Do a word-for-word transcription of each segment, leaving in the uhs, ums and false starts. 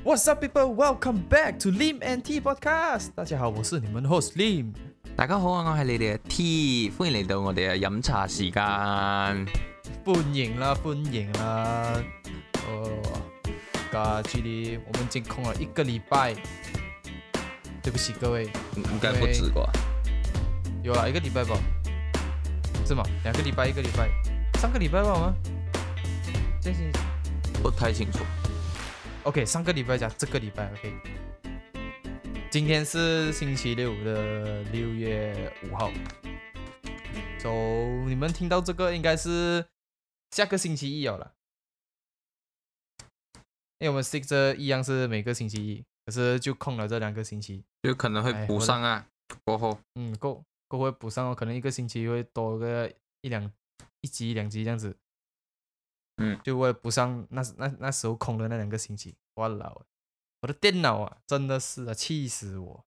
What's up, people? Welcome back to Lim and T Podcast。大家好，我是你們 host Lim。 大家好，我係你哋嘅 T， 歡迎嚟到我哋嘅飲茶時間。 歡迎啦，歡迎啦。哦，噶距離我們已經空了一個禮拜。對不起各位， 應該不止吧？ 有啦，一個禮拜吧？是嗎？兩個禮拜，一個禮拜，上個禮拜吧嗎？這是不太清楚。 OK， 上個禮拜加這個禮拜 OK。今天是星期六的六月五號，so 你們聽到這個應該是下個星期一有了，因為我們 stick 着一樣是每個星期一，可是就空了這兩個星期， 就可能會補上啊，過後嗯過過後會補上哦，可能一個星期會多個一兩一集兩集這樣子， 嗯， 就為了補上那那那時候空的那兩個星期，哇老。我的電腦啊，真的是啊，氣死我！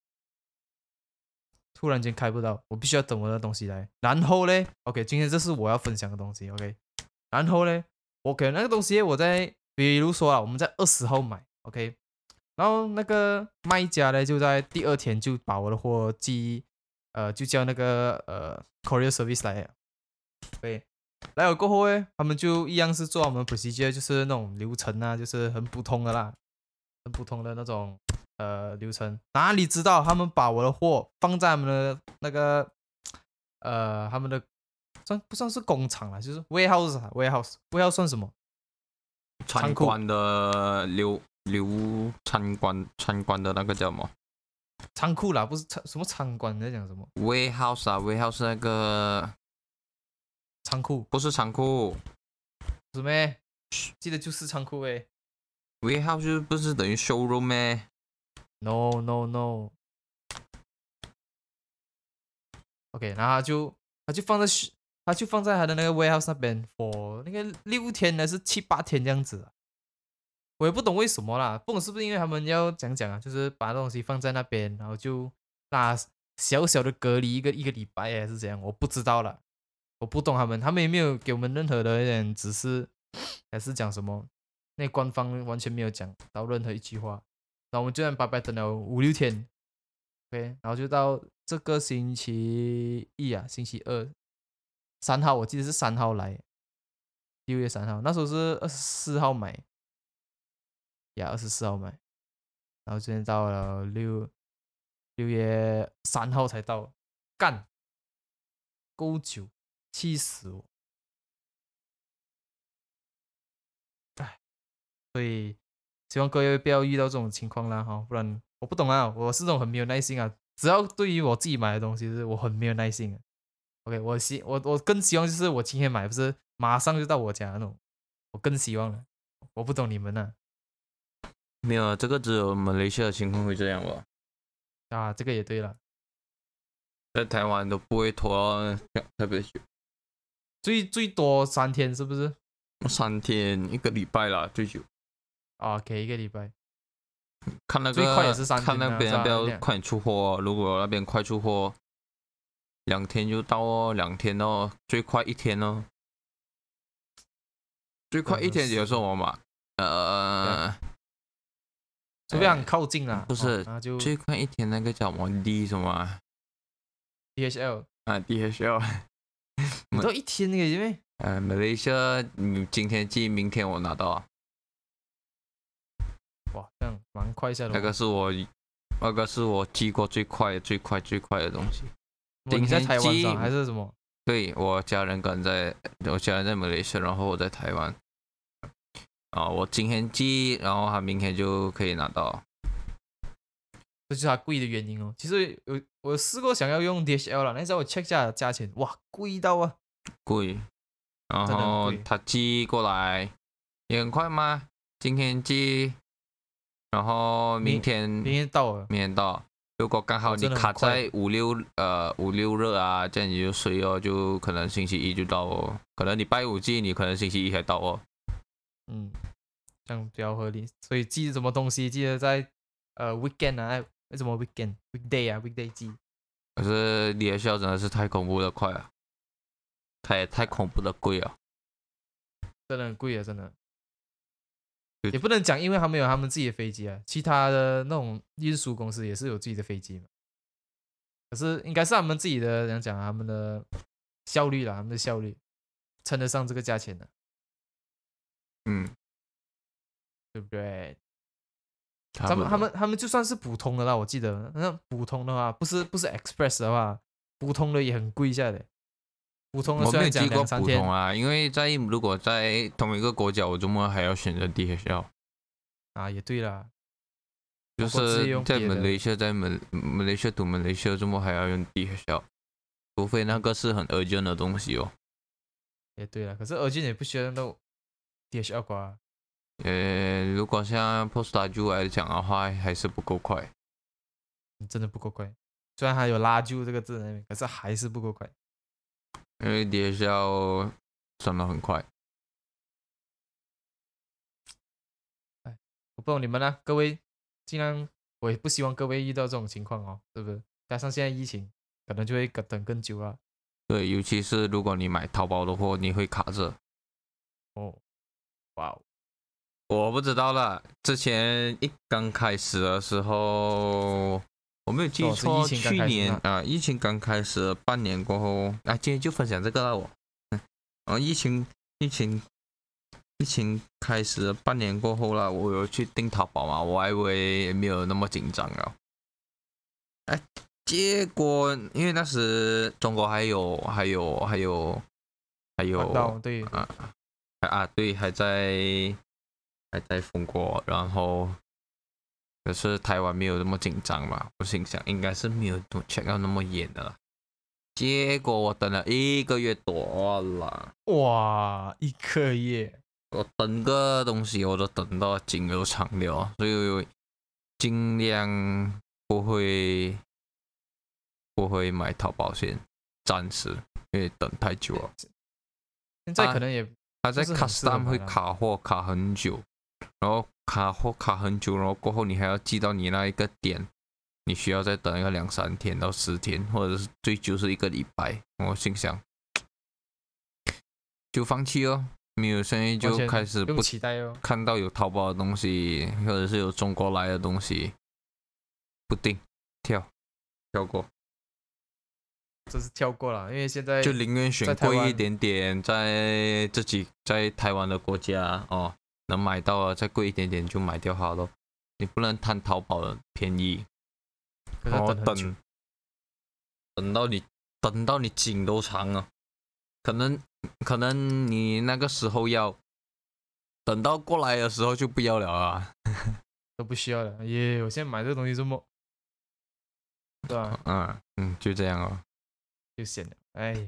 突然間開不到，我必須要等我的東西來。然後呢 ，OK， 今天這是我要分享的東西 ，OK。然後呢 ，OK， 那個東西我在，比如說啊，我們在二十號買 ，OK。然後那個賣家呢，就在第二天就把我的貨寄，呃，就叫那個呃 courier service 來了，對。來了過後呢，他們就一樣是做我們 procedure，就是那種流程啊，就是很普通的啦。很普通的那種呃流程，哪裡知道他們把我的貨放在他們的那個呃他們的算不算是工廠啦，就是 warehouse 啊 warehouse warehouse 算什麼？ 參觀的流流參觀參觀的那個叫什麼？ 倉庫啦，不是什麼參觀，你在講什麼 ？warehouse 啊 warehouse 那個倉庫， 不是倉庫， 是咩？記得就是倉庫誒。 warehouse 就不是等於 showroom 咩 ？No no no。OK， 然後他就他就放在他就放在他的那個 warehouse 那邊 for 那個六天還是七八天這樣子。我也不懂為什麼啦，不懂是不是因為他們要講講啊，就是把東西放在那邊，然後就那小小的隔離一個一個禮拜還是怎樣，我不知道啦，我不懂他們，他們也沒有給我們任何的一點指示，還是講什麼。那官方完全沒有講到任何一句話，然後我們就這樣白白等了五六天 ，OK， 然後就到這個星期一啊，星期二，三號，我記得是三號來，六月三號，那時候是二十四號買，呀，二十四號買，然後今天到了六六月三號才到，幹，夠久，氣死我！所以希望各位不要遇到這種情況啦，哈，不然我不懂啊，我是這種很沒有耐心啊。只要對於我自己買的東西，是我很沒有耐心、啊。OK， 我希我我更希望就是我今天買，不是馬上就到我家那種，我更希望了。我不懂你們啊。 沒有，這個只有馬來西亞的情況會這樣吧？ 啊，這個也對了， 在台灣都不會拖特別久， 最最多三天是不是？ 三天一個禮拜啦，最久。 啊，給一個禮拜， 看那個最快也是三天、啊、 看那邊要不要快點出貨、哦，如果那邊快出貨，兩天就到哦，兩天哦，最快一天哦，最快一天有時候我買，呃， 除非很靠近啦， 不是， 哦、就最快一天那個叫什麼 D 什麼 D H L 啊 D H L， 你都一天嘅啫咩？ 呃，馬來西亞，你今天寄，明天我拿到啊。 哇，這樣蠻快下的。 那個是我，那個是我寄過最快、最快、最快的東西。 你在台灣上還是什麼？ 對，我家人跟在，我家人在馬來西亞，然後我在台灣。啊，我今天寄，然後他明天就可以拿到。 這就是它貴的原因哦。其實有我有試過想要用 D H L 啦，那時候我 check 下價錢，哇，貴到啊！ 貴。然後他寄過來也很快嗎？今天寄，然後明天明天到了， 明天到。如果剛好你卡在五六呃五六日啊，這樣你就睡哦，就可能星期一就到哦。可能你拜五寄，你可能星期一才到哦。 嗯，這樣比較合理。所以寄什麼東西，記得在呃 weekend 啊，為什麼 weekend weekday 啊 weekday 寄。 可是D H L真的是太恐怖的快啊！太太恐怖的貴啊！ 真的很貴啊，真的。 也不能讲，因为他们有他们自己的飞机啊，其他的那种运输公司也是有自己的飞机嘛。可是应该是他们自己的，怎样讲啊？他们的效率啦，他们的效率称得上这个价钱的， 嗯， 对不对？ 他们他们他们他们就算是普通的啦，我记得那普通的话，不是不是 Express 的话，普通的也很贵下的。普通的我没有虽然讲记过普两三天通啊，因为在如果在同一个国家，我周末还要选择 D H L。 啊，也对啦， 就是在马来西亚，在马马来西亚读马来西亚，周末还要用 D H L， 除非那个是很 urgent 的东西哦。 也对了，可是 urgent 也不需要用到 D H L 吧？ 呃，如果像 Posta 就来讲的话，还是不够快， 真的不够快。虽然还有拉就这个字那边，可是还是不够快。 因为 D H L 真的很快。 哎，我不懂你们呢，各位，尽量我也不希望各位遇到这种情况哦，是不是？加上现在疫情，可能就会等更久啊。 对，尤其是如果你买淘宝的货，你会卡着。 哦，哇哦， 我不知道啦，之前一刚开始的时候，我没有记错， 哦、 去年啊，疫情刚开始半年过后，啊，今天就分享这个了我。嗯，然后疫情疫情疫情开始半年过后了，我有去订淘宝嘛，我还以为没有那么紧张了。哎，结果因为那时中国还有还有还有还有对啊啊对，还在。还在封国，然后可是台湾没有那么紧张嘛，我心想应该是没有 check 到那么严的了。结果我等了一个月多了， 哇，一个月， 我等个东西我都等到颈都长了，所以我尽量不会不会买淘宝先，暂时因为等太久了。 现在可能也他在 custom 会卡货卡很久。然后卡货卡很久，然后过后你还要寄到你那一个点，你需要再等一个两三天到十天，或者是最久是一个礼拜。我心想，就放弃哦，没有生意就开始不期待哦。 看到有淘宝的东西，或者是有中国来的东西，不定跳跳过， 这是跳过了，因为现在就宁愿选贵一点点，在自己在台湾的国家哦。能买到了，再贵一点点就买掉好了。你不能贪淘宝的便宜，然后等等到你等到你颈都长了，可能可能你那个时候要等到过来的时候就不要了啊， 都不需要了。耶，我现在买这个东西这么，对吧？ 嗯嗯，就这样哦， 就显了，哎。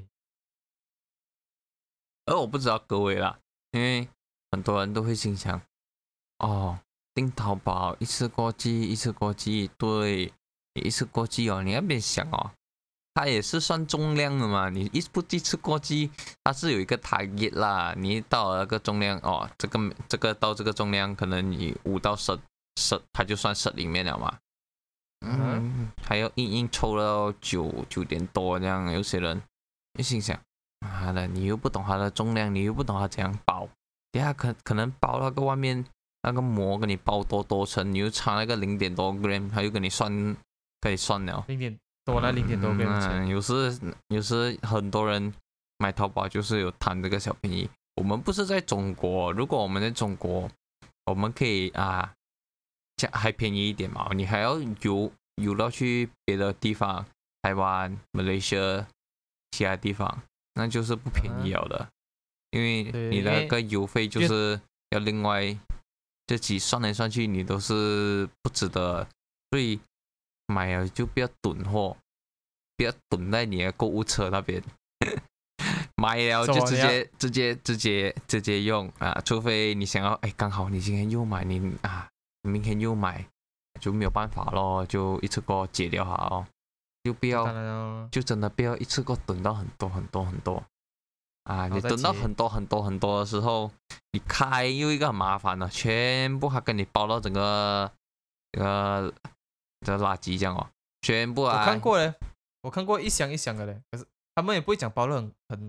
而我不知道各位啦，因为。很多人都会心想，哦，订淘宝一次过寄，一次过寄，对，你一次过寄哦，你那边想哦，它也是算重量的嘛，你一不一次过寄，它是有一个 target 啦，你到了那个重量哦，这个这个到这个重量，可能你五到十十，它就算十里面了嘛，嗯，还要硬硬凑到九九点多这样，有些人就心想，妈的，你又不懂它的重量，你又不懂它怎样包。等下可可能包那个外面那个膜给你包多多层，你又差那个零点多 gram， 他又给你算，可以算了。 零点多那零点多 gram 钱、 嗯。有时有时很多人买淘宝就是有贪这个小便宜。我们不是在中国，如果我们在中国，我们可以啊，这还便宜一点嘛。你还要游游到去别的地方，台湾、马来西亚其他地方，那就是不便宜了的。嗯，因为你那个邮费就是要另外自己算来算去，你都是不值得，所以买了就不要囤货，不要囤在你的购物车那边，买了就直接直接直接直接用啊，除非你想要哎，刚好你今天又买，你啊明天又买，就没有办法咯，就一次过解掉好，就不要就真的不要一次过囤到很多很多很多。啊，你等到很多很多很多的时候，你开又一个很麻烦的，全部还跟你包到整个这个这垃圾这样哦，全部啊。 我看过嘞，我看过一箱一箱的嘞，可是他们也不会讲包的很很很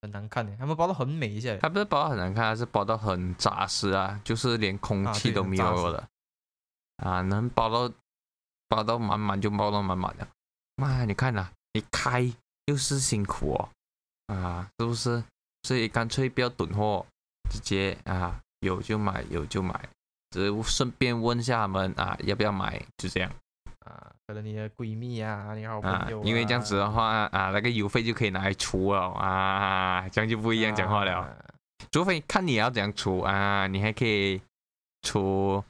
很难看的，他们包的很美一下。 它不是包的很难看，它是包的很扎实啊，就是连空气都没有的啊，能包到包到满满就包到满满的。妈，你看呐、啊，你开又是辛苦哦，啊，是不是？所以干脆不要囤货，直接啊有就买，有就买，只顺便问一下他们啊要不要买，就这样。 啊，可能你的闺蜜啊，你好朋友、啊啊，因为这样子的话啊，那个邮费就可以拿来出了啊，这样就不一样讲话了。 啊、 除非看你要怎样出啊，你还可以出，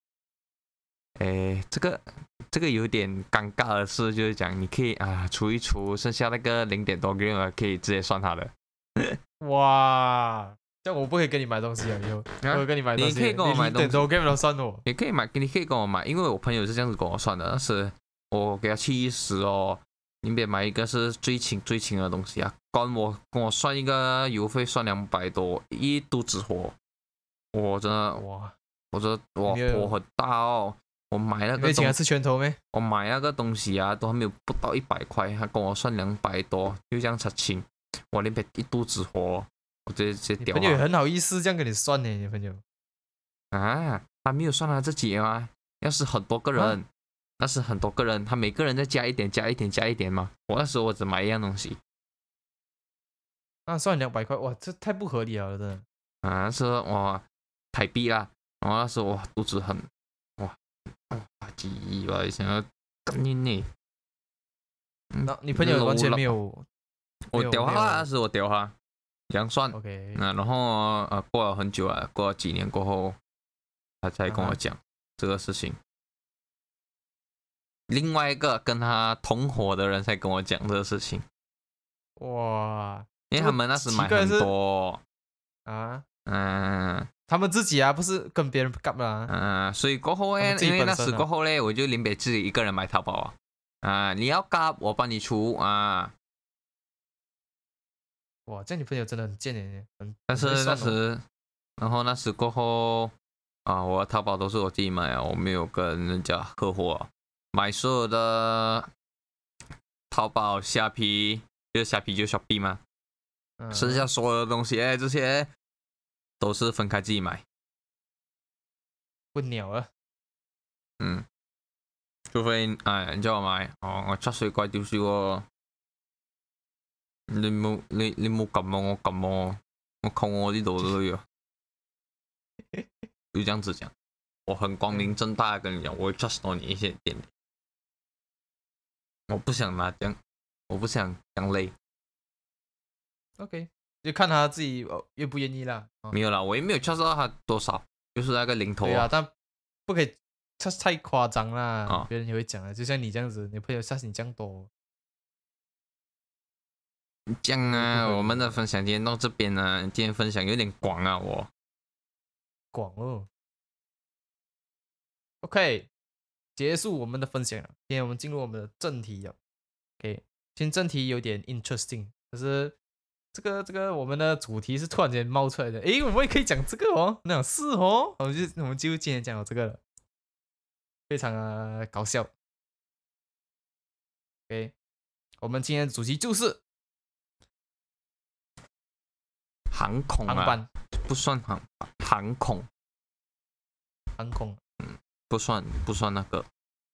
诶，这个这个有点尴尬的事，就是讲你可以啊出一出，剩下那个零点多 gram 可以直接算他的。 哇，这样我不可以跟你买东西啊，以后、啊、我跟你买东西， 你可以跟我买东西， 零点多 gram 都算我。 你可以买，你可以跟我买，因为我朋友是这样子跟我算的，但是我给他气死哦。你别买一个是最轻最轻的东西啊，跟我跟我算一个邮费算两百多，一肚子火，我真的哇， 我这我火很大哦。我买那个东西，吃拳头没？ 我买那个东西啊，都还没有不到一百块，他跟我算两百多，就这样才轻，我那边一肚子火，我直接直接屌。 朋友也很好意思这样跟你算呢，你朋友啊，他没有算他自己吗？要是很多个人。啊，那是很多个人，他每个人再加一点，加一点，加一点嘛。我那时候我只买一样东西， 啊，算两百块，哇，这太不合理了，真的。 啊，是哇台币啦，然后那时候我肚子很哇哇几亿吧，想要干你呢。 那你朋友完全没有， 我屌他，那时我屌他，这样算。 OK， 那、啊、然后呃过了很久啊，过了几年过后，他才跟我讲这个事情。另外一个跟他同伙的人才跟我讲这个事情， 哇！ 因为他们那时买很多啊， 嗯， 他们自己啊，不是跟别人干嘛？ 嗯，所以过后呢，因为那时过后呢，我就林北自己一个人买淘宝啊，啊，你要干我帮你出啊。 哇，这样你朋友真的很贱耶，很。 但是那时，然后那时过后啊，我的淘宝都是我自己买啊，我没有跟人家合伙、啊。买所有的淘宝、虾皮，就是虾皮就 Shopee 嘛，嗯、剩下所有的东西，哎，这些都是分开自己买。 不鸟了。 嗯，除非哎，你叫我買，哦，我七歲貴屌少喎，你冇你你冇撳我，我撳我，我扣我呢度都有，就這樣子講，我很光明正大的跟你講，我會 trust 到你一些點點。我不想拿這樣，我不想這樣累。 OK， 就看他自己願不願意啦。 哦、沒有啦，我也沒有 trust 到他多少，就是那個零頭、啊。 對啊，但不可以 trust 太誇張啦，哦、別人也會講的。就像你這樣子，你朋友 trust 你這樣多。 這樣啊，我們的分享今天到這邊呢，今天分享有點廣啊，我。 廣哦。OK。結束我們的分享了，今天我們進入我們的正題了。OK， 今天正題有點 interesting， 可是這個這個我們的主題是突然間冒出來的。誒，我們也可以講這個哦，那是哦，我們就我們就今天講到這個了，非常的搞笑。OK， 我們今天的主題就是航空啊， 航班不算航航空， 航空。 不算不算那个，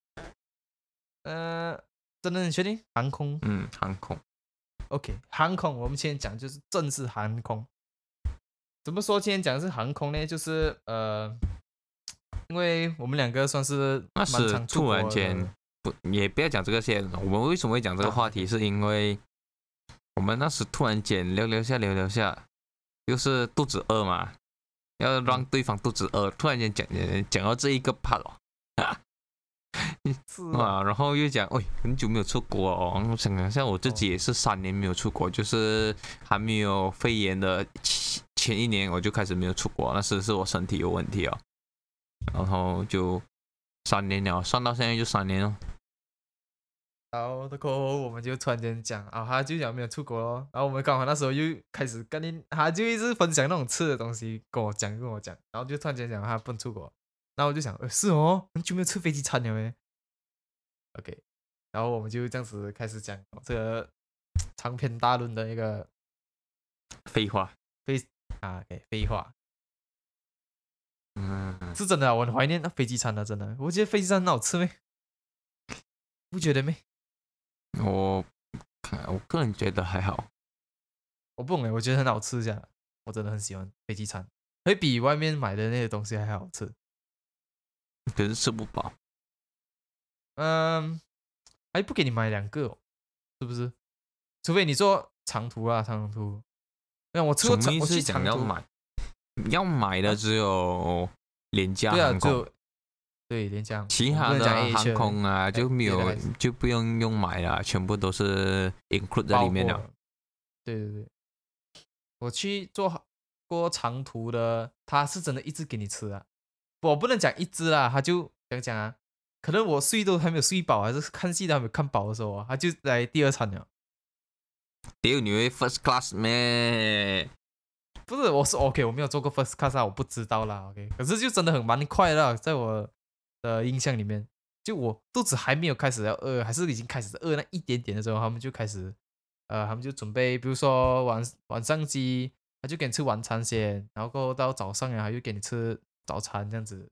呃，真的你确定？航空？ 嗯，航空。 OK， 航空，我们今天讲就是正式航空。怎么说今天讲的是航空呢？就是呃，因为我们两个算是那是突然间不，也不要讲这个先。我们为什么会讲这个话题？是因为我们那时突然间聊聊下聊聊下，就是肚子饿嘛。要让对方肚子饿，突然间讲讲到这一个 part 哦， 是啊，然后又讲，喂，很久没有出国哦，我想想像我自己也是三年没有出国，就是还没有肺炎的前一年我就开始没有出国，那时是我身体有问题哦，然后就三年了，算到现在就三年了。 然后过后我们就突然间讲啊，他就讲没有出国咯，然后我们刚好那时候又开始跟你，他就一直分享那种吃的东西跟我讲跟我讲，然后就突然间讲他不能出国，然后我就想，呃、是哦，很久没有吃飞机餐了诶。OK， 然后我们就这样子开始讲这个长篇大论的一个废话， 啊，OK，废话。 嗯， 是真的、啊，我很怀念那飞机餐的、啊，真的。我觉得飞机餐很好吃没？不觉得没？ 我我个人觉得还好。 我不懂哎，我觉得很好吃，这样。我真的很喜欢飞机餐，会比外面买的那些东西还好吃。 可是吃不饱。 嗯，还不给你买两个、哦，是不是？除非你做长途啊，长途。那我吃过长，我去长途要买，要买的只有廉价航空。 对啊，就对廉价。 其他的航空啊就没有，就不用用买了，全部都是 include 在里面了。 对对对，我去做过长途的，他是真的一直给你吃啊。我不能讲一直啦，他就讲讲啊，可能我睡都还没有睡饱，还是看戏都还没有看饱的时候啊，他就来第二餐了。 屌，你会 first class 咩？ 不是，我是 OK， 我没有做过 first class 啊，我不知道啦 OK。可是就真的很蛮快的，在我的印象里面，就我肚子还没有开始要饿，还是已经开始饿那一点点的时候，他们就开始，呃，他们就准备，比如说晚晚上机，他就给你吃晚餐先，然后到早上啊，他就给你吃早餐这样子。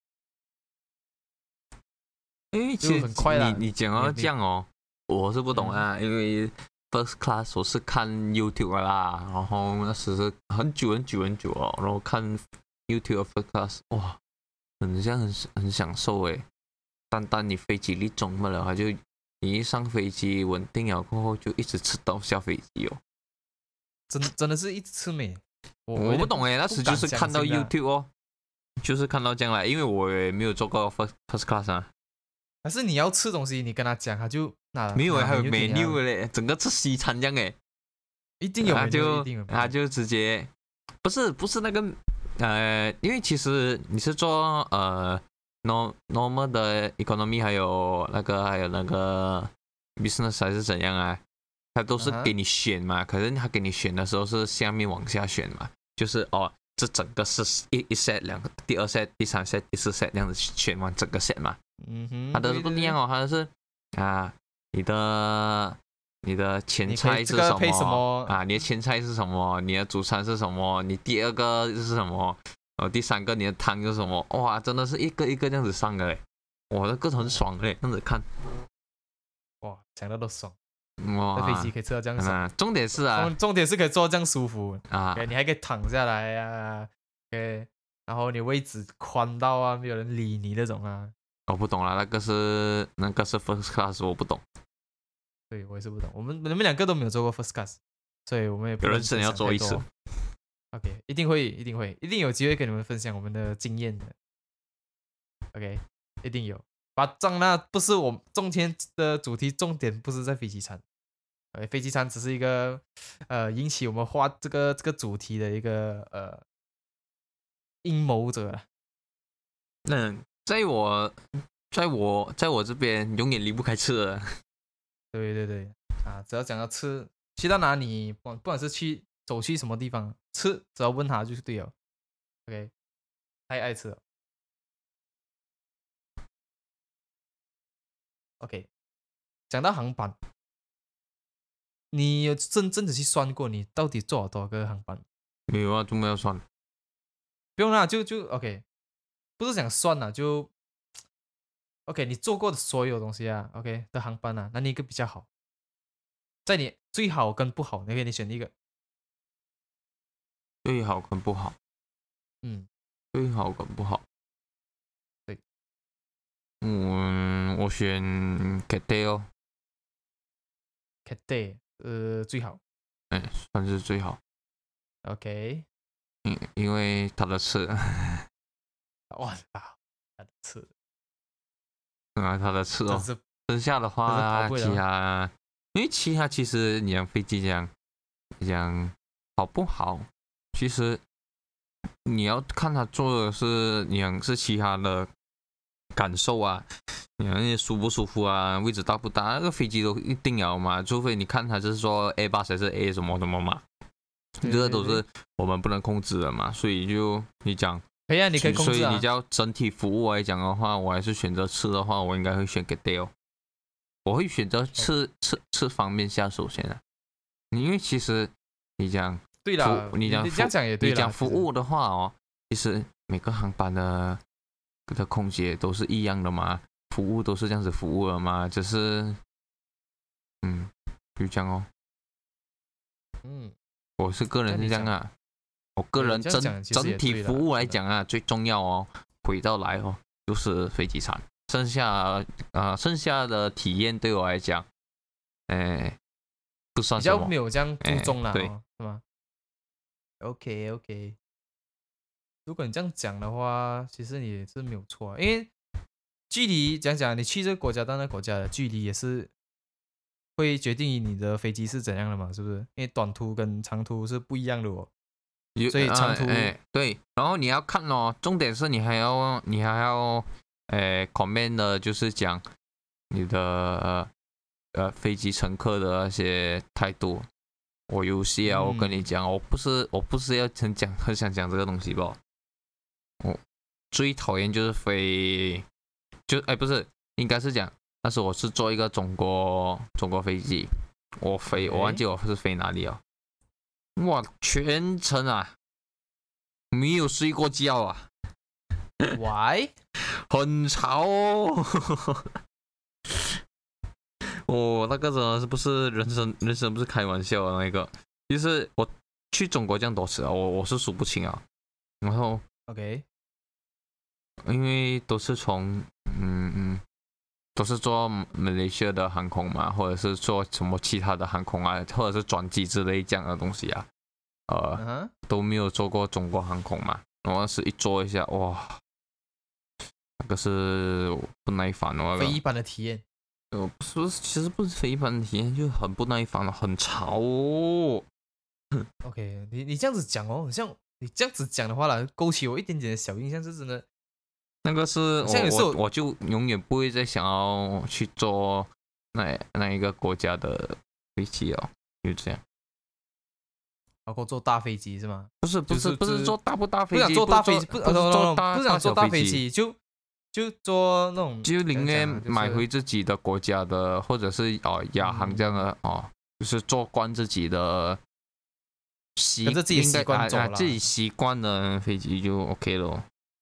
因为其实很快啦， 你你讲到这样哦，我是不懂啊，嗯、因为 first class 我是看 YouTube 的啦，然后那时是很久很久很久哦，然后看 YouTube 的 first class， 哇，很像很很享受诶。单单你飞机你中不了，就你一上飞机稳定了过后，就一直吃到下飞机哦。 真真的是一直吃没？我我不懂诶，那时就是看到 YouTube 哦，就是看到这样来，因为我也没有做过 first first class 啊。 还是你要吃东西，你跟他讲，他就拿没有诶，还有 menu 嘞，整个吃西餐这样诶。 一定有， 他就一定有他就直接不是不是那个呃，因为其实你是做呃 normal 的 economy 还有那个还有那个 business 还是怎样啊？他都是给你选嘛， uh-huh. 可是他给你选的时候是下面往下选嘛，就是哦这整个是一一 set 两个，第二 set 第三 set 第四 set 这样子选完整个 set 嘛。 嗯哼， 它的不一样哦，它是啊，你的你的前菜是什么, 什么啊？你的前菜是什么？你的主餐是什么？你第二个是什么？然后第三个你的汤是什么？哇，真的是一个一个这样子上的嘞，哇，那个很爽嘞，这样子看， 哇，讲的都爽， 哇， 在飞机可以吃到这样爽， 啊、重点是啊， 重点是可以坐这样舒服啊， 你还可以躺下来呀、啊，然后你位置宽到啊，没有人理你那种啊。 我不懂了，那个是那个是 first class， 我不懂。 对，我也是不懂。我们我们两个都没有做过 first class， 所以我们也不有人真的要做一次。 OK， 一定会，一定会，一定有机会跟你们分享我们的经验的。OK， 一定有。把账那不是我中天的主题，重点不是在飞机餐。呃，飞机餐只是一个呃引起我们画这个这个主题的一个呃阴谋者。 嗯。在我，在我，在我这边永远离不开吃的。 对对对，啊，只要讲到吃，去到哪里，不不管是去走去什么地方吃，只要问他就是对了。OK， 太爱吃了。OK， 讲到航班，你有真正的去算过你到底坐了多少个航班？ 没有啊，怎么要算？ 不用啦，就就 OK， 不是讲算了就。OK， 你做过的所有东西啊 ，OK 的航班啊，那你一个比较好？在你最好跟不好，你可以你选一个。 最好跟不好， 嗯， 最好跟不好。 对， 嗯，我选 Cathay 哦。 Cathay， 呃，最好。 哎，算是最好。 OK。 因因为它的吃。 哇啊，它的吃。 啊，它的吃哦，剩下的话，其他，因为其他其实你讲飞机讲讲好不好，其实你要看他做的是你讲是其他的感受啊，你讲舒不舒服啊，位置大不大，那个飞机都一定要嘛，除非你看他就是说 A 八还是 A 什么什么嘛，这个都是我们不能控制的嘛，所以就你讲。 可以啊，你可以控制啊。 所以你叫整体服务来讲的话，我还是选择吃的话，我应该会选 Cathay 哦。我会选择吃吃吃方面下手先啊，因为其实你讲对啦， 你讲你这样讲也对啦。 你讲服务的话哦，其实每个航班的的空姐都是一样的嘛，服务都是这样子服务的嘛，只是嗯，就这样哦。 嗯， 我是个人是这样啊，我个人整整体服务来讲啊，最重要哦，回到来哦，就是飞机餐，剩下啊、呃、剩下的体验对我来讲，哎，不算什么， 比较没有这样注重啦， 哎、对、 哦，是吗 ？OK OK，如果你这样讲的话，其实你也是没有错、啊，因为距离讲讲，你去这个国家到那个国家的距离也是会决定你的飞机是怎样的嘛，是不是？因为短途跟长途是不一样的哦。所以长途、 呃哎、对，然后你要看哦，重点是你还要你还要呃 comment 的，就是讲你的呃呃飞机乘客的那些态度。我有些啊， 嗯、 我跟你讲，我不是我不是要很讲很想讲这个东西吧。我最讨厌就是飞，就哎不是，应该是讲，但是我是坐一个中国中国飞机，我飞、okay. 我忘记我是飞哪里了。哇，全程啊没有睡过觉啊 ，Why？ 很吵哦，哦，那个真的是不是人生人生不是开玩笑的那个，其实我去中国这样多次啊，我我是数不清啊，然后 OK， 因为都是从嗯嗯都是坐马来西亚的航空嘛，或者是坐什么其他的航空啊，或者是转机之类这样的东西啊，呃、uh-huh. 都没有坐过中国航空嘛，然后是一坐一下，哇，那个是不耐烦哦， 非一般的体验。 呃，不是，其实不是非一般的体验，就很不耐烦了，很吵哦。 OK， 你你这样子讲哦，像你这样子讲的话啦，勾起我一点点的小印象，是真的。 那个是像有时候我我就永远不会再想要去坐那那一个国家的飞机哦，就这样。 包括坐大飞机是吗？ 不是不是、就是、不是坐大不大飞机， 不想坐大飞机，不不是坐大不想坐大飞机， 就就坐那种， 就宁愿买回自己的国家的，或者是哦亚航这样的、嗯、哦，就是做惯自己的习， 跟着自己习惯走、 啊啊、自己习惯的飞机就 OK 了。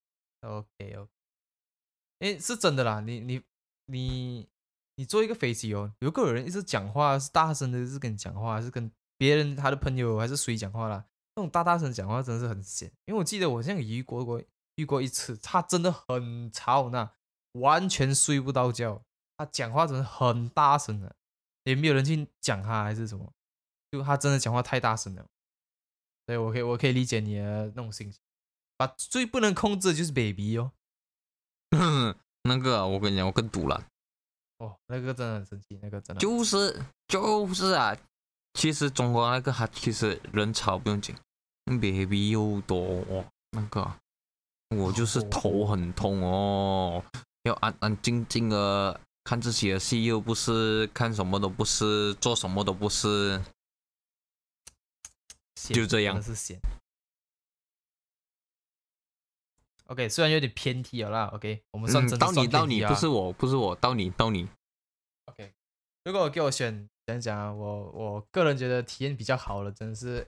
OK OK， 哎，是真的啦，你你你你坐一个飞机哦，如果有人一直讲话，是大声的，是跟你讲话，还是跟别人他的朋友还是谁讲话啦？那种大大声讲话真的是很闲，因为我记得我好像遇过过遇过一次，他真的很吵那，完全睡不到觉，他讲话真的很大声的，也没有人去讲他还是什么，就他真的讲话太大声了，所以我可以我可以理解你的那种心情。把最不能控制的就是 baby 哦， 那个、啊、我跟你讲，我更堵了。 哦，那个真的很生气，那个真的就是就是啊，其实中国那个他其实人潮不用紧 ，baby 又多、哦，那个我就是头很痛哦，要安安静静的看自己的戏，又不是看什么都不是，做什么都不是，就这样。 真的是闲。OK， 虽然有点偏题了啦 ，OK， 我们算真的算偏题、啊嗯、到你到你，不是我，不是我，到你到你。 OK， 如果给我选，讲讲啊，我我个人觉得体验比较好的，真的是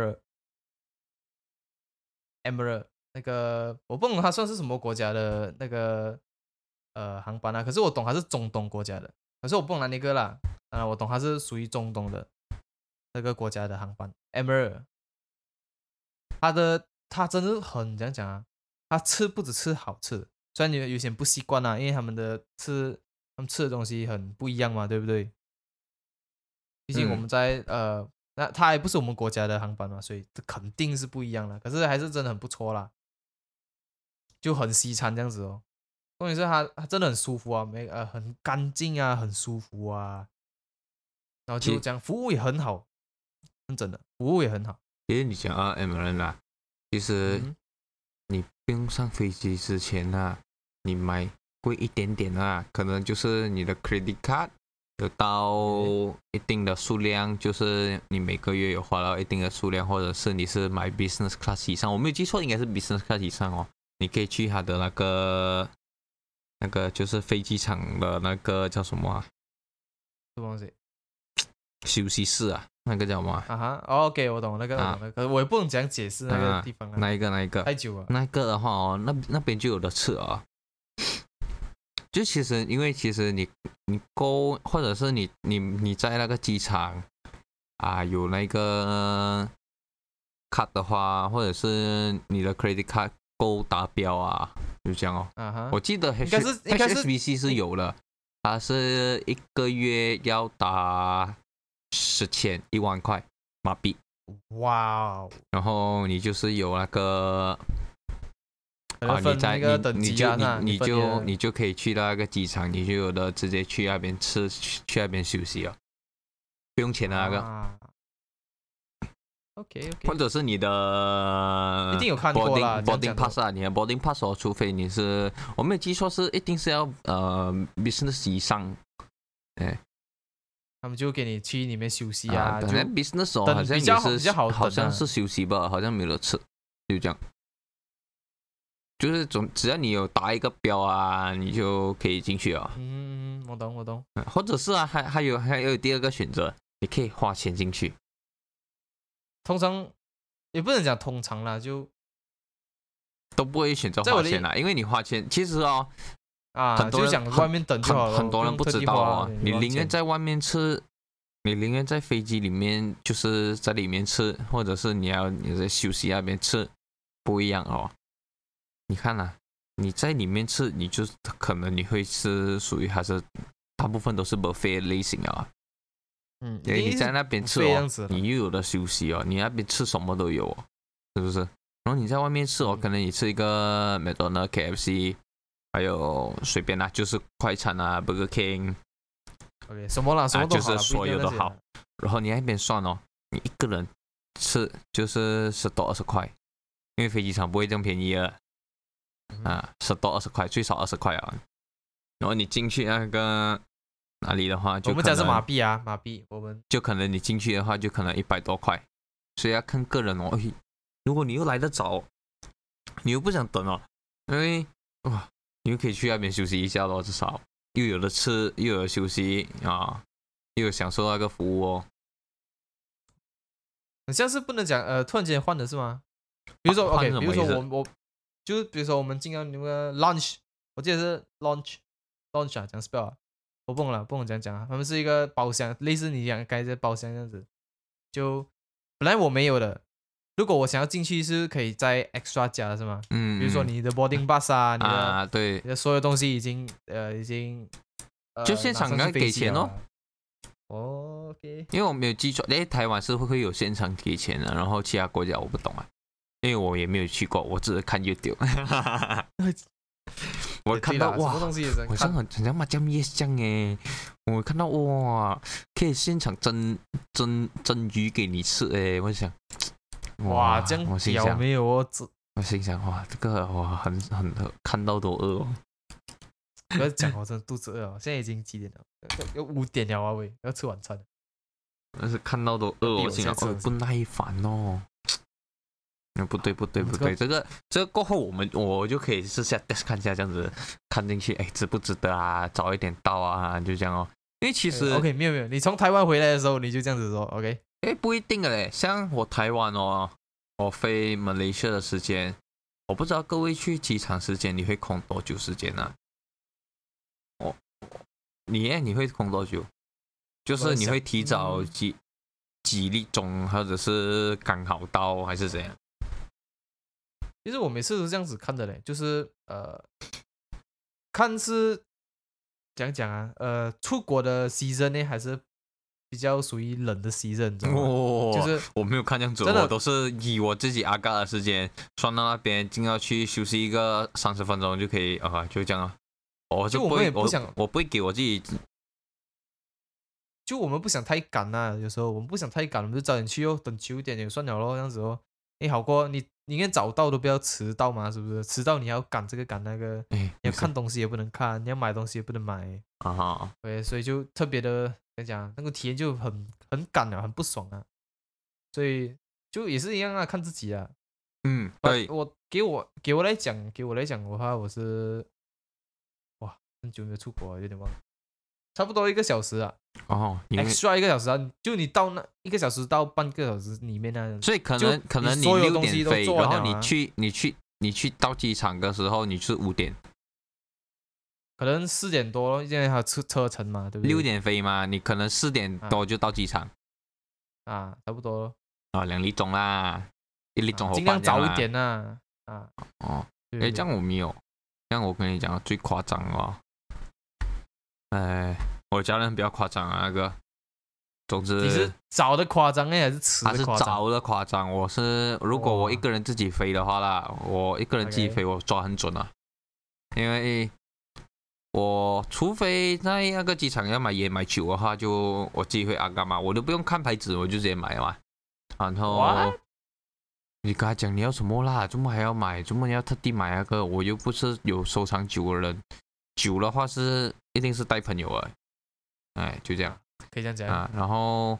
Emirates，Emirates 那个我不懂它算是什么国家的那个呃航班啊，可是我懂它是中东国家的，可是我不懂哪一个啦，啊，我懂它是属于中东的那个国家的航班 Emirates， 它的它真的很怎样讲啊？他吃不止吃好吃的，虽然有有些不习惯啊，因为他们的吃他们吃的东西很不一样嘛，对不对？毕竟我们在、嗯、呃，那它还不是我们国家的航班嘛，所以这肯定是不一样的。可是还是真的很不错啦，就很西餐这样子哦。重点是它它真的很舒服啊，没呃很干净啊，很舒服啊。然后就讲服务也很好，真的服务也很好。 其实你讲啊 M N 啊，其实。嗯你不用上飞机之前啊，你买贵一点点啊，可能就是你的 credit card 有到一定的数量，就是你每个月有花到一定的数量，或者是你是买 business class 以上，我没有记错应该是 business class 以上哦，你可以去它的那个那个就是飞机场的那个叫什么啊？ 什么东西？ 休息室啊，那个叫什么啊？ 啊哈、哦、，OK， 我懂那个，我懂那个，我也不能讲解释那个地方啊， 那一个那一个？ 太久了。 那个的话哦，那那边就有的吃啊。就其实，因为其实你你购，或者是你你你在那个机场啊有那个 card 的话，或者是你的 credit card 够达标啊，就这样哦。 啊哈， 我记得 H, 应该是应该是 H S B C 是有的，它是一个月要打十千一万块马币， 哇哦， 然后你就是有那个。啊， 可能分你在那个等你你就级啊，那你你分的就你就可以去到那个机场，你就有的直接去那边吃，去去那边休息哦，不用钱的那个， 啊，OK OK， 或者是你的一定有看过啦 boarding 这样 boarding 讲的 pass 啊，你的 boarding pass 哦，除非你是我没有记错是一定是要呃 business 以上，哎他们就给你去里面休息啊， 啊， 本就来 business 哦等好像也比较好比是较好等啊好像是休息吧，好像没有得吃，就这样。就是总只要你有打一个标啊，你就可以进去啊。 嗯，嗯我懂我懂。 或者是啊，还还有还有第二个选择，你可以花钱进去。 通常也不能讲通常啦，就都不会选择在我的花钱啦，因为你花钱，其实哦， 啊， 很多人就讲外面等就好了， 很很多人不知道哦，你宁愿在在外面吃，你宁愿在飞机里面就是在里面吃，或者是你要你在休息那边吃，不一样哦。你看啊，你在里面吃，你就可能你会是属于还是大部分都是 buffet 类型啊。 嗯， 因为你在那边吃哦，你又有的休息哦，你那边吃什么都有哦，是不是？然后你在外面吃哦， 嗯可能你吃一个麦当劳、K F C， 还有随便啦，就是快餐啊 ，Burger King，OK， 什么啦，什么都好、 啊，就是所有都好。然后你那边算哦，你一个人吃就是十多二十块，因为飞机场不会这样便宜的。啊，十多二十块，最少二十块啊。然后你进去那个哪里的话，就我们讲是马币啊，马币，我们就可能你进去的话，就可能一百多块，所以要看个人哦。如果你又来得早，你又不想等哦，因为哇，你又可以去那边休息一下咯，至少又有的吃，又有休息啊，又有享受那个服务哦。 好像是不能讲呃，突然间换的是吗？比如说、啊、，OK， 比如说我我。就比如说我们进到那个 lunch， 我记得是 lunch lunch 啊，讲 spell 啊，我不懂了，不懂讲讲啊。他们是一个包厢，类似你讲刚才的包厢这样子。就本来我没有的，如果我想要进去是可以再 extra 加的是吗？ 嗯， 比如说你的 boarding pass 啊，你的啊对， 你的所有东西已经呃已经、呃、 就现场要给钱哦。 哦 ，OK， 因为我没有记错，哎，台湾是会会有现场给钱的，然后其他国家我不懂啊。因为我也没有去过，我只是看 YouTube。我看到哇，好像很很像麻将夜香哎！我看到哇，可以现场蒸蒸蒸鱼给你吃哎！我想， 哇，这样屌没有哦？ 我心想哇，这个哇很很看到都饿哦。 不要讲，我真的肚子饿哦！现在已经几点了？要五点了啊喂，要吃晚餐。 但是看到都饿，我心想哦不耐烦哦。嗯，不对不对不对，这个这个过后我们我就可以试下 test 看一下这样子看进去，哎，值不值得啊？早一点到啊，就这样哦。因为其实 OK 没有没有，你从台湾回来的时候你就这样子说 OK。 哎，不一定的嘞，像我台湾哦，我飞马来西亚的时间，我不知道各位去机场时间你会空多久时间呢？哦，你哎你会空多久？就是你会提早几几粒钟，或者是刚好到，还是怎样？ 其实我每次都这样子看的嘞，就是呃，看是讲讲啊，呃，出国的 season 呢，还是比较属于冷的 season，你知道吗？ 哦， 就是我没有看这样子，我都是以我自己阿嘎的时间算到那边，进要去休息一个三十分钟就可以啊，就这样啊。我就不会，我不想， 我不会给我自己， 就我们不想太赶呐、啊，有时候我们不想太赶，我们就早点去哦，等久一点也算了咯，这样子哦。哎，好过你。你应该早到都不要迟到嘛，是不是？迟到你要赶这个赶那个，你要看东西也不能看，你要买东西也不能买啊。 对，所以就特别的怎讲，那个体验就很很赶啊，很不爽啊。所以就也是一样啊，看自己啊。 嗯，对。 我给我给我来讲，给我来讲的话，我是哇，很久没有出国了，有点忘了。 差不多一个小时啊哦，因为 ，extra 一个小时啊，就你到那一个小时到半个小时里面那， 所以可就能可能你所有六东西都点飞，然后你做完了啊去你去你去到机场的时候，你是五点可能四点多咯，因为还有车车程嘛，对不对？ 六点飞嘛，你可能四点多就到机场啊，差不多咯， 啊，两粒钟啦，一粒钟啊后尽量早一半这样啦点呐，啊， 哦。 对诶，这样我没有，这样我跟你讲最夸张哦，哎，我家人比较夸张啊，那个，总之你是早的夸张呢，还是迟他是的夸张？ 早的夸张，我是如果我一个人自己飞的话啦，我一个人自己 OK 飞我抓很准啊，因为我除非在那个机场要买烟买酒的话，就我自己会阿干嘛，我都不用看牌子，我就直接买嘛，然后。 What？ 你跟他讲你要什么啦，怎么还要买？怎么你要特地买那个？我又不是有收藏酒的人，酒的话是一定是带朋友啊，哎，就这样可以这样讲啊。然后，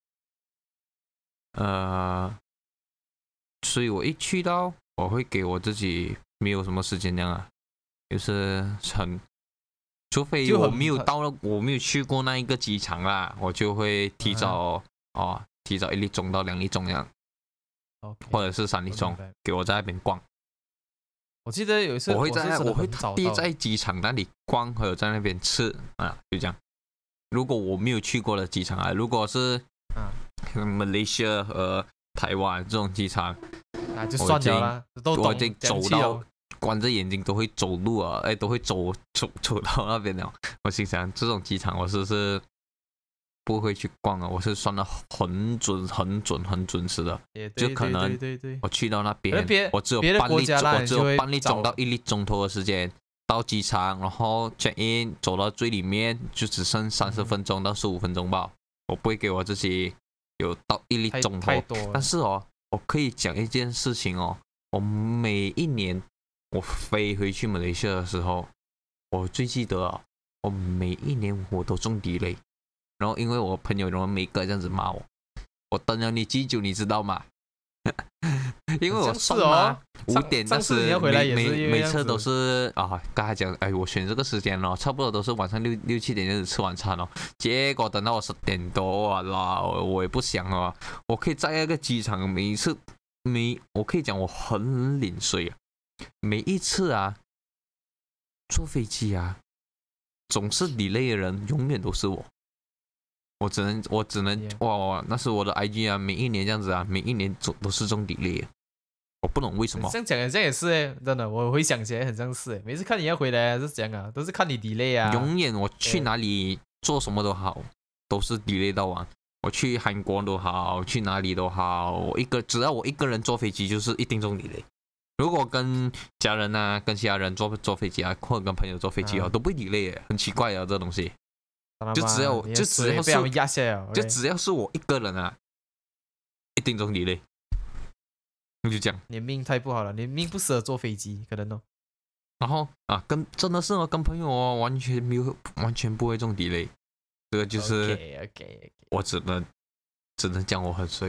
呃，所以我一去到，我会给我自己没有什么时间这样啊，就是很，除非就很我没有到了，我没有去过那一个机场啦，我就会提早、哦，提早一粒钟到两粒钟这样。 ，OK， 或者是三粒钟我明白， 给我在那边逛。 我记得有一次我会在是真的我会特地很早到在机场那里逛，还有在那边吃啊，就这样。如果我没有去过的机场啊，如果是啊马来西亚和台湾这种机场， 啊，就算了啦，都懂我已经走讲到气哦关着眼睛都会走路啊，哎，都会走走走到那边了。我心想，这种机场我是不是不会去逛啊？我是算的很准、很准、很准时的。 也对就可能对对对对， 我去到那可能别边，我只有别的半粒钟， 国家啦我只有你就会半粒钟早到一粒钟头的时间到机场，然后 check in 走到最里面，就只剩三十嗯分钟到十五分钟吧。我不会给我自己有到一粒太钟头太，多了但是哦，我可以讲一件事情哦，我每一年我飞回去马来西亚的时候，我最记得啊，我每一年我都中地雷，然后因为我朋友然后每个这样子骂我，我等了你几久，你知道吗？因为我送嘛，五点但是每每每次都是啊，刚才讲哎，我选这个时间哦，差不多都是晚上六六七点就吃晚餐哦，结果等到我十点多啊啦，我也不想啊，我可以在那个机场每一次每我可以讲我很领睡啊，每一次啊坐飞机啊，总是 delay 的人永远都是我。我只能，我只能 Yeah. 哇，那是我的 I G 啊，每一年这样子啊，每一年总都是中底类，我不懂为什么。 这样讲，这样也是哎，真的，我回想起来很像是哎，每次看你要回来是这样啊，都是看你 delay 啊。 永远我去哪里做什么都好，都是 delay 到完。我去韩国都好，去哪里都好，我一个只要我一个人坐飞机，就是一定中 delay。如果跟家人啊，跟其他人坐坐飞机啊，或者跟朋友坐飞机啊， 啊都不会 delay，很奇怪啊，这东西。 当然嘛就只有你的就只要是水被他们压下了， 就 OK 只要是我一个人啊，一定中 delay。那就这样。 你命太不好了，你命不适合坐飞机，可能哦。 然后啊，跟真的是哦，跟朋友哦，完全没有，完全不会中 delay。这个就是 OK OK， 我只能只能讲我很衰。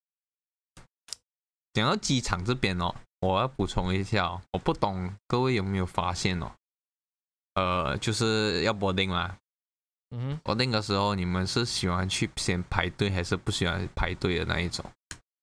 讲到机场这边哦，我要补充一下哦，我不懂各位有没有发现哦，呃，就是要 boarding 嘛嗯哼， ，boarding 的时候你们是喜欢去先排队，还是不喜欢排队的那一种？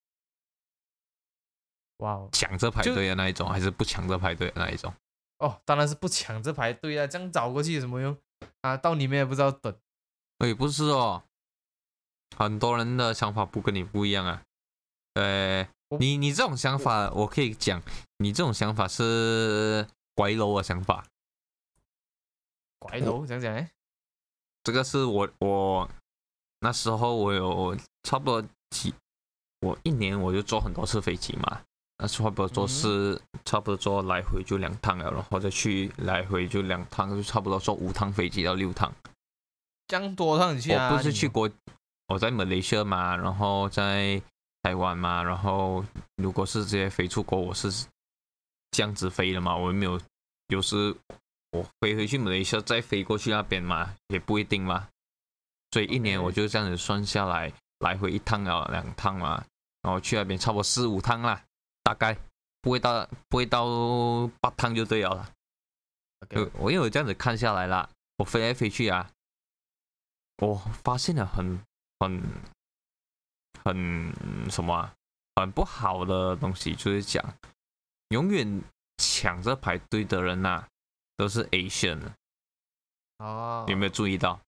哇哦， 抢着排队的那一种，还是不抢着排队的那一种？ 哦，当然是不抢着排队啊，这样找过去有什么用啊？到里面也不知道等。 哎，不是哦，很多人的想法不跟你不一样啊。呃，你你这种想法，我可以讲，你这种想法是拐楼的想法。 拐头讲讲哎， 这个是我我那时候我有差不多几，我一年我就坐很多次飞机嘛，那差不多坐是、嗯、差不多坐来回就两趟了，然后再去来回就两趟，就差不多坐五趟飞机到六趟。 这样多趟你去啊？ 我不是去过，我在马来西亚嘛，然后在台湾嘛，然后如果是直接飞出国，我是这样子飞的嘛，我没有，有时我飞回去马来西亚再飞过去那边嘛，也不一定嘛，所以一年我就这样子算下来，来回一趟啊两趟嘛，然后去那边差不多四五趟啦，大概不会到不会到八趟就对了啦。Okay. 我因为我这样子看下来啦，我飞来飞去啊， 我发现了很很很什么啊，很不好的东西，就是讲永远抢着排队的人呐、啊，都是 Asian 的， 哦， 有没有注意到？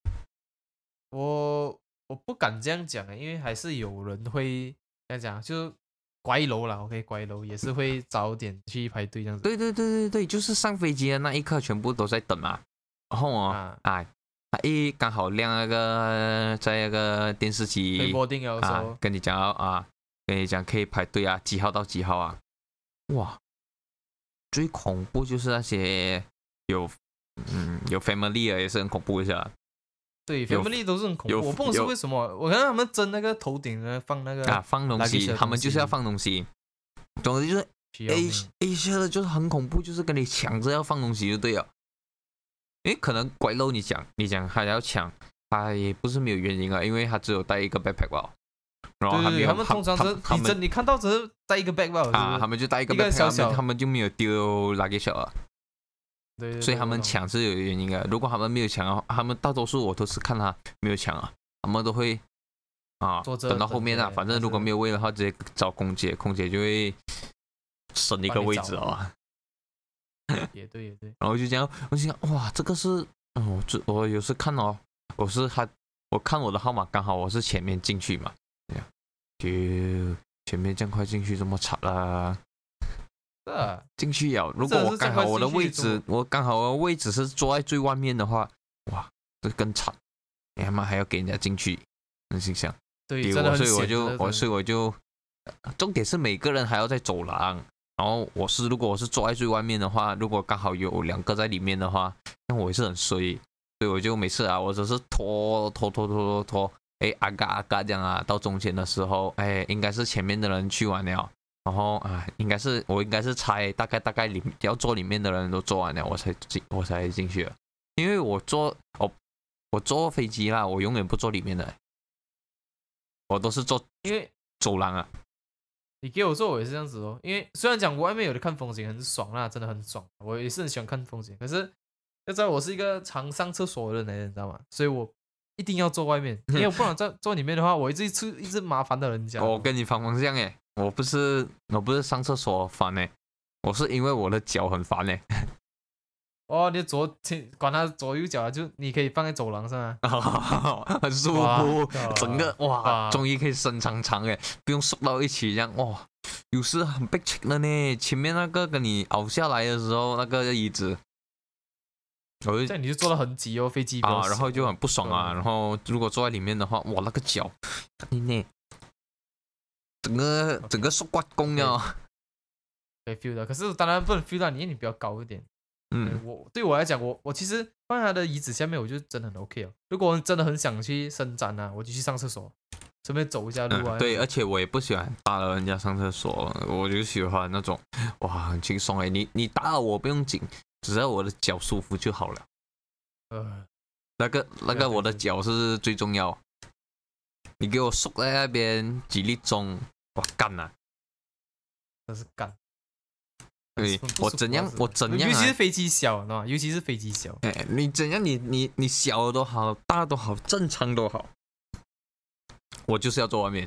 我我不敢这样讲欸，因为还是有人会这样讲，就拐楼啦，OK，拐楼也是会早点去排队这样子。 对对对对对，就是上飞机的那一刻，全部都在等嘛。然后哦， 啊， 啊，他一刚好亮那个在那个电视机推波定有时候啊，跟你讲啊，跟你讲可以排队啊，几号到几号啊？哇，最恐怖就是那些有嗯有 family 的也是很恐怖一下。 对有 ，family 都是很恐怖， 有我不懂是有为什么，我看到他们争那个头顶呢放那个啊，放东 luggage 西， 的他们就是要东西放东西。总之就是需要 A 命 A 些的就是很恐怖，就是跟你抢着要放东西就对了。因为可能拐漏你讲，你讲他要抢，他也不是没有原因啊，因为他只有带一个 backpack 吧，然后对对对， 他没有他们通常他是他们你真你看到只是带一个 bag 吧， 啊，他们就带一个一个 backpack， 小小他们他们就没有丢 luggage 啊， 对对， 所以他们我懂抢是有原因的。如果他们没有抢啊，他们大多数我都是看他没有抢啊，他们都会啊坐着等到后面啊， 等着反正如果没有位的话，直接找空姐，空姐就会省一个位置啊。 也对也对， 然后就这样，我就想哇，这个是哦，这我有时看哦，我是他，我看我的号码刚好我是前面进去嘛，就前面这样快进去这么惨啦， 是啊， 进去了，如果我刚好我的位置，我刚好我的位置是坐在最外面的话，哇，这更惨，你他妈还要给人家进去，很心想， 对， 对真的很我所以我险真的就我所以真的我就，重点是每个人还要在走廊。然后我是如果我是坐在最外面的话，如果刚好有两个在里面的话，那我也是很衰，所以我就每次啊，我只是拖拖拖拖拖拖，哎啊嘎啊嘎这样啊，到中间的时候，哎应该是前面的人去完了，然后啊应该是我应该是猜大概大概里要坐里面的人都坐完了，我才进我才进去了，因为我坐哦我坐飞机啦，我永远不坐里面的，我都是坐因为走廊啊。 你给我做，我也是这样子哦。因为虽然讲外面有的看风景很爽啦，真的很爽，我也是很喜欢看风景。可是要知道我是一个常上厕所的人，你知道吗？所以我一定要坐外面，因为我不然在坐里面的话，我一直出一直麻烦到人家。 我跟你反方向诶，我不是我不是上厕所烦诶，我是因为我的脚很烦诶。 哦，你左管他左右脚，就你可以放在走廊上啊， 很舒服，整个哇，终于可以伸长长诶，不用缩到一起这样哇。有时很被请的呢，前面那个跟你熬下来的时候，那个椅子，我就这样你就坐得很挤哦，飞机啊，然后就很不爽啊。然后如果坐在里面的话，哇，那个脚，你呢，整个整个缩骨功呀， 可以 feel 到，可是当然不能 feel 到你，因为你比较高一点。 嗯， 我对我来讲，我我其实放在他的椅子下面，我就真的很 OK 哦。如果我真的很想去伸展啊，我就去上厕所，顺便走一下路啊。 嗯、对，而且我也不喜欢打扰人家上厕所，我就喜欢那种哇很轻松哎，你你打扰我不用紧，只要我的脚舒服就好了。 呃， 那个那个我的脚是最重要，你给我缩在那边几粒钟，我干呐！ 真是干。 对，我怎样，我怎样、啊， 尤其是飞机小，喏，尤其是飞机小。 哎，你怎样，你你你小都好，大都好，正常都好，我就是要坐外面。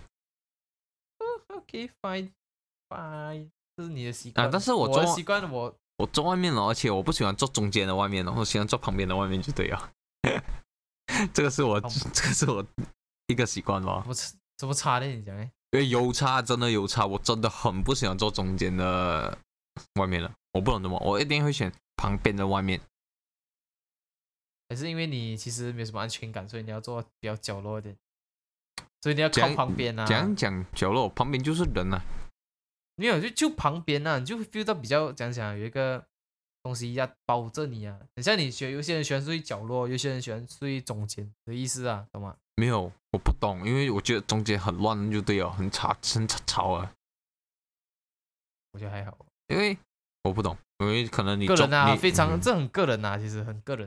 OK fine fine，这是你的习惯啊，但是我我坐习惯我我坐外面了，而且我不喜欢坐中间的外面哦，我喜欢坐旁边的外面就对了。这个是我这个是我一个习惯吧。 怎么怎么差的？你讲哎？ 对，有差，真的有差，我真的很不喜欢坐中间的外面了，我不懂怎么，我一定会选旁边的外面。 还是因为你其实没有什么安全感，所以你要坐比较角落一点，所以你要靠旁边啊。 讲讲角落，旁边就是人啊。 没有，就就旁边啊，你就 feel 到比较讲讲有一个东西要包着你啊。很像你选，有些人喜欢睡角落，有些人喜欢睡中间的意思啊，懂吗？ 没有，我不懂，因为我觉得中间很乱就对了，很吵，很吵啊。 我觉得还好， 因为我不懂，因为可能你个人啊，非常、 嗯、 这很个人啊，其实很个人，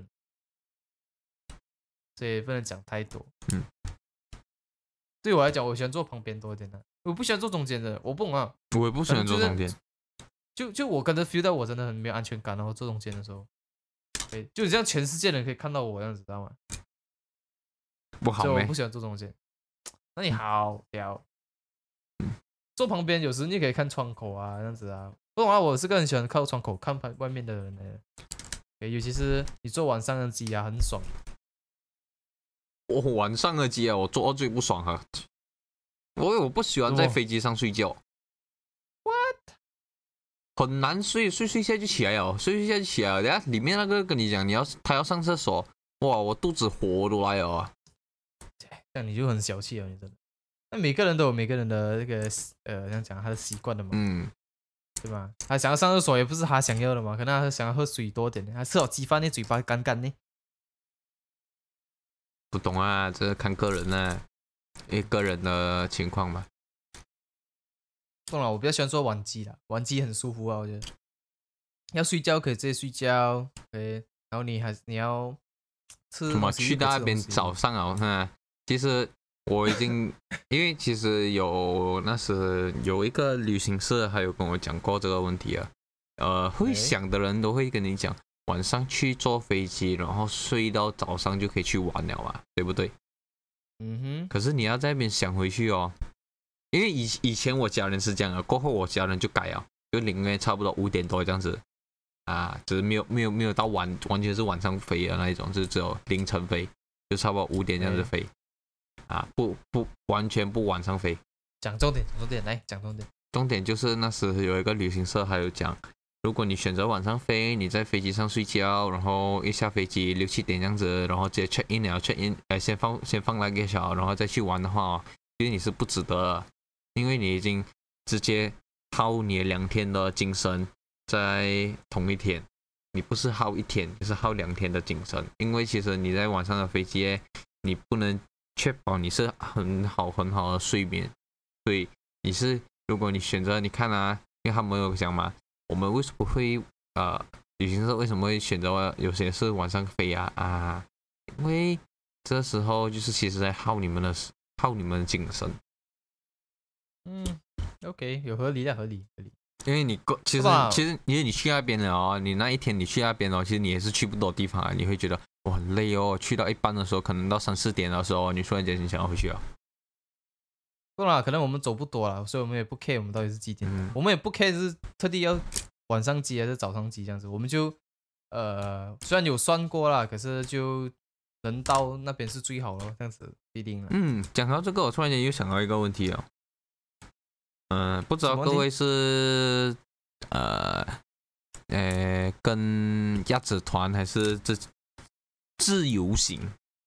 所以不能讲太多。 嗯， 对我来讲，我喜欢坐旁边多一点的，我不喜欢坐中间的，我不懂啊。 我也不喜欢坐中间， 就就我跟着 feel 到我真的很没有安全感，然后坐中间的时候，对，就这样全世界人可以看到我这样子，知道吗？ 不好咩所以我不？喜欢坐中间。那你好屌，坐旁边有时你可以看窗口啊，这样子啊。不懂啊，我是个很喜欢靠窗口看外外面的人的，尤其是你坐晚上的机啊，很爽。 我晚上的机啊，我坐到最不爽啊！我我不喜欢在飞机上睡觉。 What？ 很难睡，睡睡下就起来了，睡睡下就起来了。等下里面那个跟你讲，你要他要上厕所，哇，我肚子火都来了啊！ 这样你就很小气了，你真的。那每个人都有每个人的那个呃，这样讲他的习惯的嘛， 嗯， 对吧？他想要上厕所也不是他想要的嘛，可能他想要喝水多点，他吃好鸡饭那嘴巴干干呢。 不懂啊，这看个人啊，一个人的情况嘛。 懂了，我比较喜欢做晚机啦，晚机很舒服啊，我觉得。要睡觉可以直接睡觉，OK，然后你还你要吃什么去到那边早上啊？哈，其实我已经，因为其实有那时有一个旅行社还有跟我讲过这个问题啊。呃，会想的人都会跟你讲，晚上去坐飞机，然后睡到早上就可以去玩了嘛，对不对？ 嗯哼。 可是你要在那边想回去哦。因为以以前我家人是这样的，过后我家人就改了，就宁愿差不多五点多这样子，啊，只是没有没有没有到晚，完全是晚上飞的那一种，就只有凌晨飞，就差不多五点这样子飞，啊，不不完全不晚上飞。 讲重点，讲重点，来讲重点。 重点就是那时有一个旅行社还有讲，如果你选择晚上飞，你在飞机上睡觉，然后一下飞机六七点这样子，然后直接 check in 了 check in， 哎，先放先放那个小，然后再去玩的话，其实你是不值得的。因为你已经直接耗你两天的精神在同一天，你不是耗一天，就是耗两天的精神。因为其实你在晚上的飞机，你不能确保你是很好很好的睡眠，所以你是如果你选择你看啊，因为他们有讲嘛，我们为什么会呃旅行社为什么会选择有些是晚上飞啊啊？因为这时候就是其实在耗你们的耗你们的精神。 嗯 ，OK， 有合理的，合理合理。 因为你其实其实因为你去那边了哦，你那一天你去那边哦，其实你也是去不多地方啊，你会觉得我很累哦。去到一半的时候，可能到三四点的时候，你突然间你想要回去啊。 不啦，可能我们走不多了，所以我们也不 care 我们到底是几点， 嗯、 我们也不 care 是特地要晚上机还是早上机这样子，我们就呃虽然有算过啦，可是就能到那边是最好了，这样子必定了。 嗯，讲到这个，我突然间又想到一个问题哦。嗯、呃，不知道各位是呃呃跟鸭子团还是自自由行？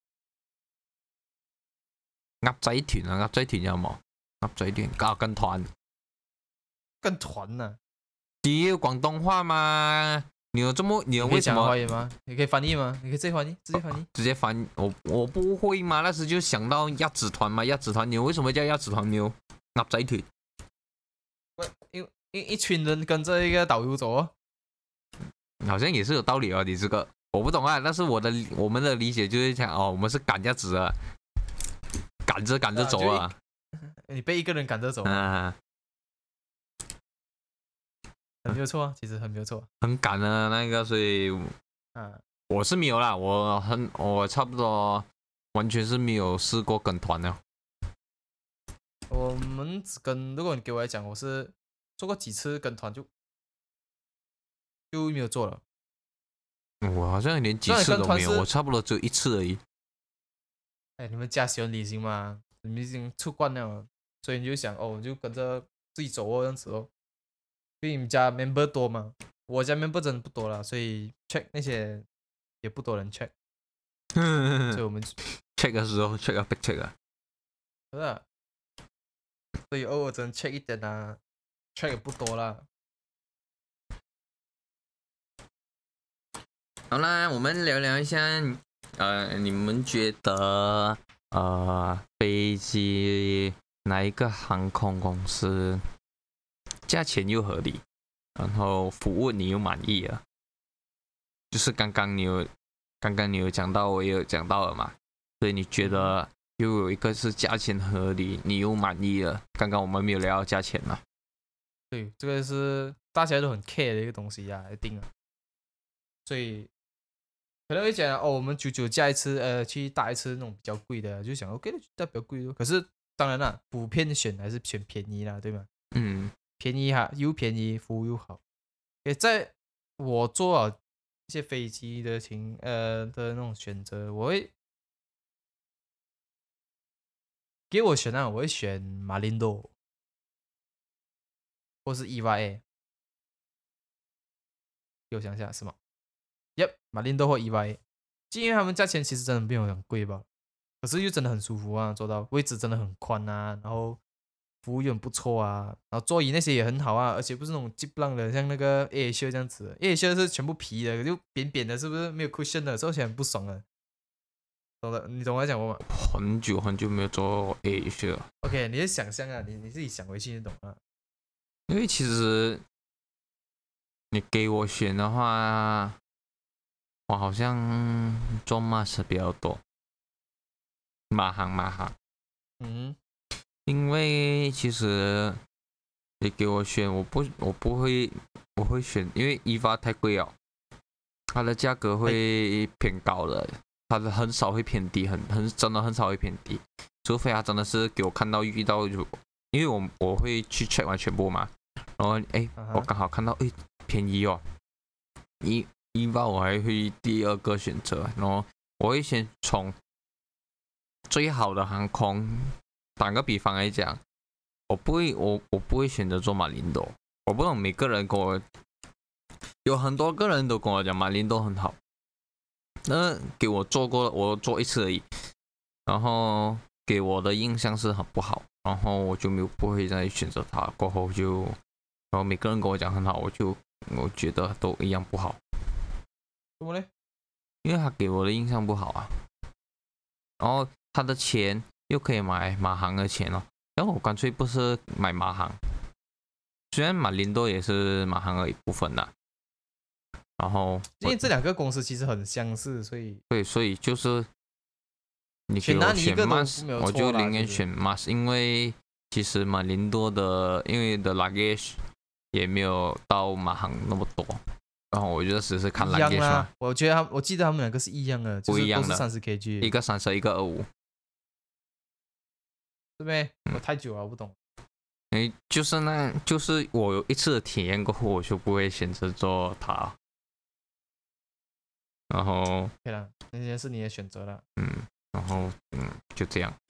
鴨仔團啊，鴨仔團有冇？鴨仔團啊，跟團， 跟團呢、啊？ 屌，廣東話嘛，你有這麼你有為什麼？ 可以嗎？你可以翻譯嗎？你可以直接翻譯，直接翻譯。 直接翻我我不會嘛，那時就想到鴨子團嘛，鴨子團，你為什麼叫鴨子團？你有鴨仔團？ 因一一群人跟着一個導遊走哦， 好像也是有道理哦。你這個我不懂啊，但是我的我們的理解就是講哦，我們是趕鴨子啊。趕着趕着走啊！ 你被一個人趕着走啊， 很沒有錯啊，其實很沒有錯。 很趕啊，那個，所以啊， 我是沒有啦，我很我差不多完全是沒有試過跟團的。 我們只跟，如果你給我來講，我是做過幾次跟團就就沒有做了。 我好像連幾次都沒有，我差不多只有一次而已。 哎，你們家喜歡旅行嘛？你們已經出慣了，所以你就想哦，你就跟着自己走哦，這樣子哦。因為你們家 member 多嘛，我家 member 真的不多了，所以 check 那些也不多人 check，所以我們 check 的時候 check 啊 check 啊， 是啊，所以偶爾只能 check 一點啊 ，check 也不多啦。 好啦，我們聊聊一下。呃，你們覺得呃飛機哪一個航空公司價錢又合理，然後服務你又滿意啊？就是剛剛你有剛剛你有講到，我也有講到了嘛，所以你覺得又有一個是價錢合理，你又滿意了。剛剛我們沒有聊到價錢嘛？ 對，這個是大家都很 care 的一個東西呀、啊，一定啊。所以。 可能会讲哦，我们久久驾一次，呃，去搭一次那种比较贵的，就想 OK 的，搭比较贵的。可是当然啦，普遍选还是选便宜啦，对吗？ 嗯， 便宜哈，又便宜，服务又好。也在我做了一些飞机的情呃的那种选择，我会给我选啊，我会选马林多或是 E Y A。给我想一下是吗？Yep，马林多或 E Y A，就因为他们价钱其实真的没有很贵吧，可是又真的很舒服啊，坐到位置真的很宽啊，然后服务又很不错啊，然后座椅那些也很好啊，而且不是那种 Jeep 浪的，像那个 A Asia 这样子，A Asia 是全部皮的，就扁扁的，是不是没有 cushion 的，坐起来很不爽的。懂的，你懂我在讲我吗很久很久没有做 Asia 了， ？OK，你的想象啊，你你自己想回去就懂了。 因为其实你给我选的话，我好像做 Mas 比较多，马航马航， 嗯因为其实你给我选，我不我不会我会选，因为 E V A 太贵了，它的价格会偏高的，它的很少会偏低，很很真的很少会偏低，除非它真的是给我看到遇到就，因为我我会去 check 完全部嘛，然后哎啊哈我刚好看到哎便宜哦，一 E V A 我还会第二个选择，然后我会先从最好的航空，打个比方来讲，我不会我我不会选择做马林多，我不懂每个人跟我有很多个人都跟我讲马林多很好，那给我做过我做一次而已，然后给我的印象是很不好，然后我就没有不会再选择它，过后就然后每个人跟我讲很好，我就我觉得都一样不好， 怎么嘞？ 因为他给我的印象不好啊，然后他的钱又可以买马航的钱哦，然后我干脆不是买马航，虽然马林多也是马航的一部分啦，然后因为这两个公司其实很相似，所以对，所以就是你给选哪我选里一个都 Mas， 没有我就错啦就是宁愿选 Mas，因为其实马林多的因为的 luggage 也没有到马航那么多，然后我就只是看一样 luggage 嘛啦。，我觉得他，我记得他们两个是一样的，就是不一样的都是三十 kg， 一个三十，一个二五， 对不对？ 嗯我太久了，我不懂。 诶，就是那，就是我有一次的体验过后，我就不会选择做它。然后， 对了，那些是你的选择了。 嗯，然后，嗯，就这样。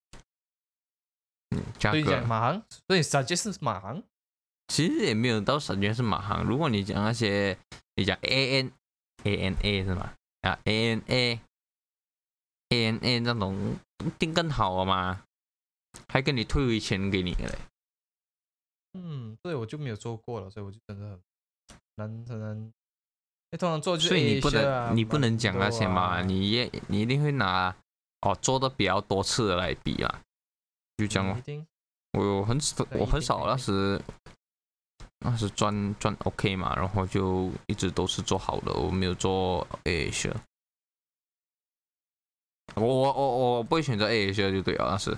嗯，价所以你讲格马航，所以 suggest 是马航。 其实也没有到神绝是马航。如果你讲那些，你讲 A N A N A 是吗？啊，A N A A N A 那种一定更好了嘛，还跟你退回钱给你嘞。 嗯，对，我就没有做过了，所以我就真的很难很难。因为通常做就是所以你不 Asia 啊能你不能讲那些嘛， 啊你也你一定会拿哦做的比较多次的来比啊，就这样哦。 嗯一定我有很对我很少一定一定那时那时赚赚 OK 嘛，然后就一直都是做好的，我没有做 Asia。我我我我不会选择 Asia 就对了，那是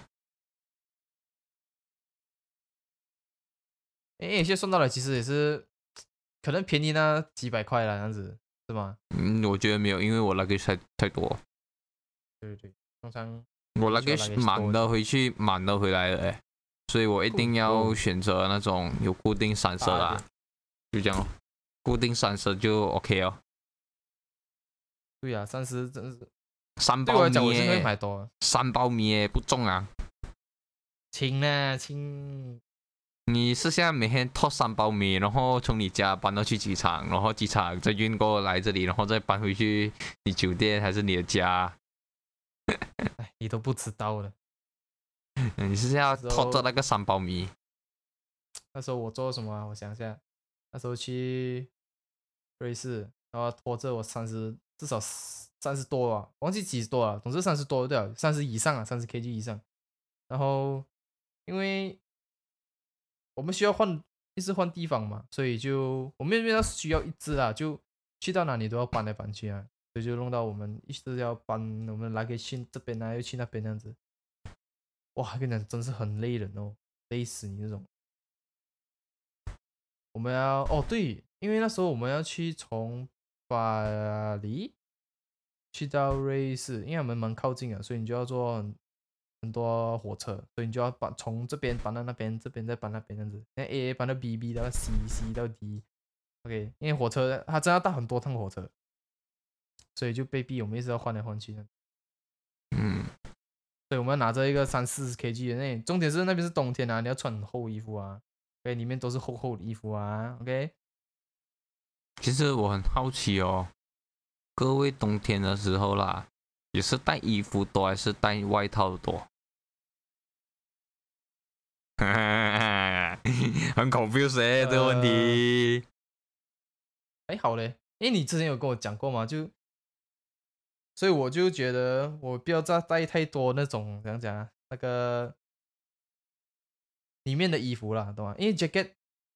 哎，Asia 算到了，其实也是可能便宜那几百块啦，这样子是吗？ 嗯，我觉得没有，因为我那个太太多， 对对对，通常我那个需要 luggage 满多一点的回去满的回来了哎，所以我一定要酷选择那种有固定散射的、 大一啊，就这样哦，固定散射就 OK 哦。 对啊，三十真是三包米对我来讲，我是会耶， 买多的， 三包米耶不重啊！ 轻呢轻， 你是现在每天拖三包米，然后从你家搬到去机场，然后机场再运过来这里，然后再搬回去你酒店还是你的家？ 哎，你都不知道了。 你是要那时候拖着那个三包米？ 那时候我做什么啊？我想一下，那时候去瑞士，然后拖着我三十，至少三十多啊，忘记几十多了，总之三十多对啊，三十以上啊，三十 kg 以上。然后因为我们需要换，一直换地方嘛，所以就我们那边需要一只啊，就去到哪里都要搬来搬去啊，所以就弄到我们一直要搬，我们来可以去这边啊，又去那边这样子。哇，跟你讲，真是很累人哦，累死你那种。我们要哦对，因为那时候我们要去从巴黎去到瑞士，因为我们蛮靠近的，所以你就要坐很很多火车，所以你就要搬从这边搬到那边，这边再搬那边这样子，那 A 搬到 B，B 到 C，C 到 D。OK， 因为火车它真的要搭很多趟火车，所以就被逼我们一直要换来换去的。 嗯， 所以我们要拿着一个三四十 kg 的那，重点是那边是冬天啊，你要穿很厚衣服啊，OK， 里面都是厚厚的衣服啊 ，OK。 其实我很好奇哦，各位冬天的时候啦，也是带衣服多还是带外套多？很 confused 欸这个问题。 还好嘞，因为你之前有跟我讲过嘛，就，所以我就觉得我不要再带太多那种怎样讲啊，那个里面的衣服啦，懂吗？因为 jacket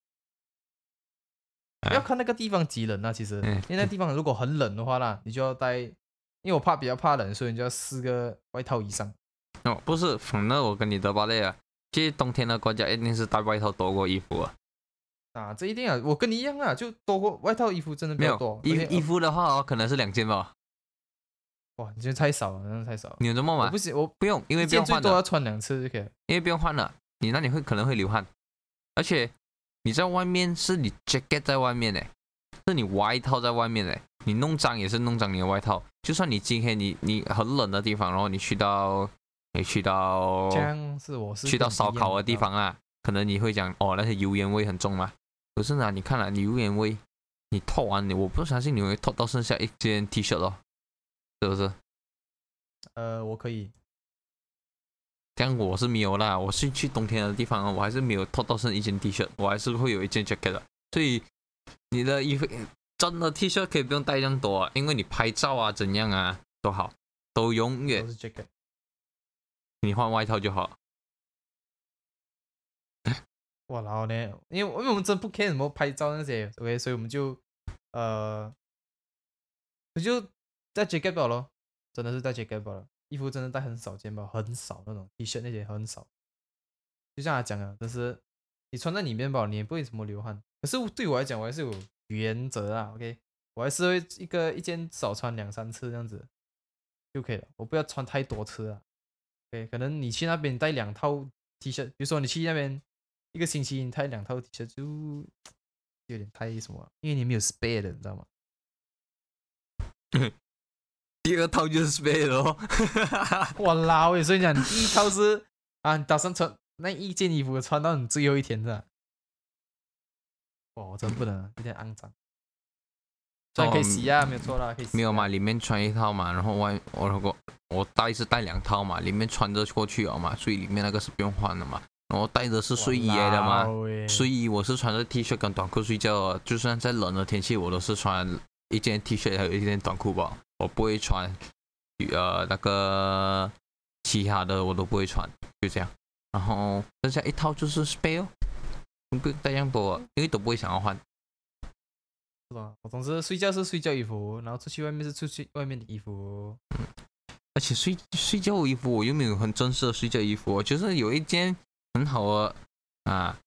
要看那个地方几冷啊，其实， 嗯因为那地方如果很冷的话啦，你就要带，因为我怕比较怕冷，所以你就要四个外套以上。 哦，不是，反正我跟你的巴类啊，其实冬天的国家一定是带外套多过衣服啊。 啊，这一定啊，我跟你一样啊，就多过外套衣服真的比没有较多。 衣 OK， 衣服的话哦，可能是两件吧。 哇，你觉得太少了，真的太少了。 你有这么买我不？行，我不用，因为一件最不用换的， 多要穿两次就可以了。 因为不用换了，你那里会可能会流汗，而且你在外面是你 jacket 在外面诶，是你外套在外面诶，你弄脏也是弄脏你的外套。就算你今天你你很冷的地方，然后你去到你去到这样是我是去到跟你一样烧烤的地知道吗方啊，可能你会讲哦，那些油烟味很重嘛。可是呢，你看了、你油烟味，你脱完你，我不相信你会脱到剩下一件 T 恤哦，是不是？ 呃，我可以。 这样我是没有啦，我是去冬天的地方，我还是没有脱到剩一件 T 恤，我还是会有一件 jacket 的。所以你的衣服真的 T 恤可以不用带这样多、啊，因为你拍照啊怎样啊都好，都永远都是 jacket。 你换外套就好。 哇，然后呢，因为因为我们真不 care 什么拍照那些，OK，所以我们就呃，我就带 jacket 包咯，真的是带 jacket 包了。衣服真的带很少件包，很少那种 T 恤那些很少。就像他讲的，但是你穿在里面吧，你也不会怎么流汗。可是对我来讲，我还是有原则啊，OK，我还是会一个一件少穿两三次这样子就可以了，我不要穿太多次啊。OK，可能你去那边带两套 T 恤，比如说你去那边一个星期你带两套 T 恤就有点太什么了，因为你没有 spare 的，你知道吗？ 第二套就是 spare 了哦。 哇啦，我也所以讲，你第一套是啊，你打算穿那一件衣服穿到你最后一天的，哇，我真不能，有点肮脏。虽然可以洗啊，没有错啦，可以洗、啊。 没有嘛，里面穿一套嘛，然后外我如果我带是带两套嘛，里面穿着过去了嘛，所以里面那个是不用换的嘛。然后带的是睡衣来的嘛，睡衣我是穿着 T 恤跟短裤睡觉的，就算在冷的天气，我都是穿一件 T 恤还有一件短裤吧，我不会穿呃那个其他的我都不会穿，就这样。然后剩下一套就是 spare 哦，不用带这样多，因为都不会想要换。 是吧？我总之睡觉是睡觉衣服，然后出去外面是出去外面的衣服。 嗯，而且睡睡觉衣服我又没有很正式的睡觉衣服，就是有一件很好的啊，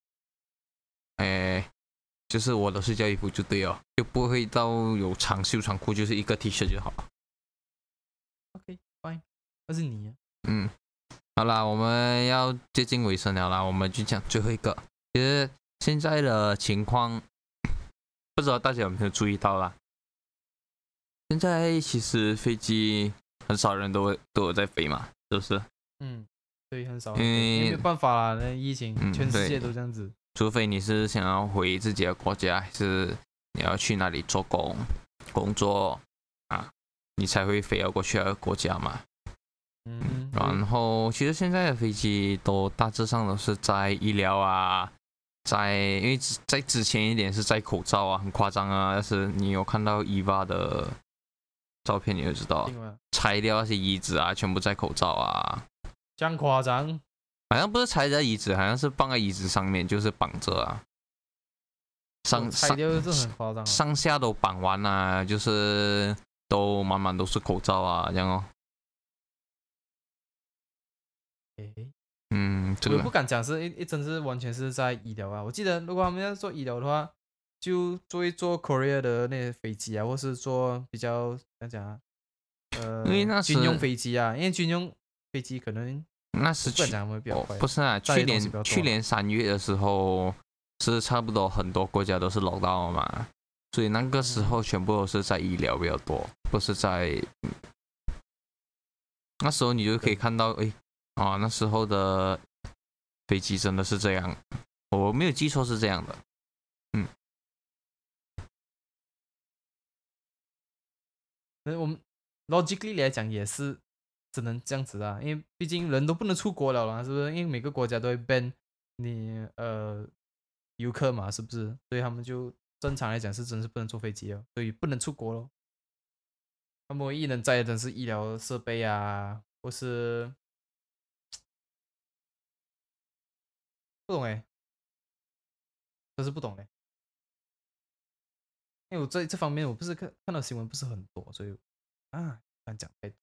哎，就是我的睡觉衣服就对了，就不会到有长袖长裤，就是一个 T 恤就好了。 OK fine，那是你、啊。 嗯，好啦，我们要接近尾声了啦，我们就讲最后一个。其实现在的情况，不知道大家有没有注意到啦？现在其实飞机很少人都都有在飞嘛，是不是？ 嗯，对，很少， 因为没有办法啦，那疫情， 嗯全世界都这样子。 除非你是想要回自己的国家，还是你要去那里做工、工作啊，你才会飞到过去那个国家嘛。 嗯， 然后其实现在的飞机都大致上都是在医疗啊，在因为在之前一点是在口罩啊，很夸张啊。但是你有看到 E V A 的照片，你就知道拆掉那些椅子啊，全部在口罩啊。 这样夸张？ 好像不是拆在椅子，好像是放在椅子上面，就是绑着啊。上拆掉是很夸张、啊， 上下都绑完啊，就是都满满都是口罩啊，这样哦。 诶， 嗯，这个我也不敢讲是一一真是完全是在医疗啊。我记得如果他们要做医疗的话，就坐一坐 Korea 的那些飞机啊，或是坐比较怎样讲啊， 呃， 因为那时军用飞机啊，因为军用飞机可能那是去不敢讲他们比较哦快， 不是啊， 载去年的东西比较多去年三月的时候是差不多很多国家都是 lockdown 嘛，所以那个时候全部都是在医疗比较多，不是在那时候你就可以看到，哎，啊，那时候的飞机真的是这样，我没有记错是这样的，嗯。 那我们 logically 来讲也是只能这样子啊，因为毕竟人都不能出国了啦，是不是？因为每个国家都会 ban 你呃游客嘛，是不是？所以他们就正常来讲是真是不能坐飞机哦，所以不能出国咯。他们唯一能载的真是医疗设备啊，或是不懂哎，真是不懂哎。因为我这这方面我不是看看到新闻不是很多，所以啊，敢讲太多。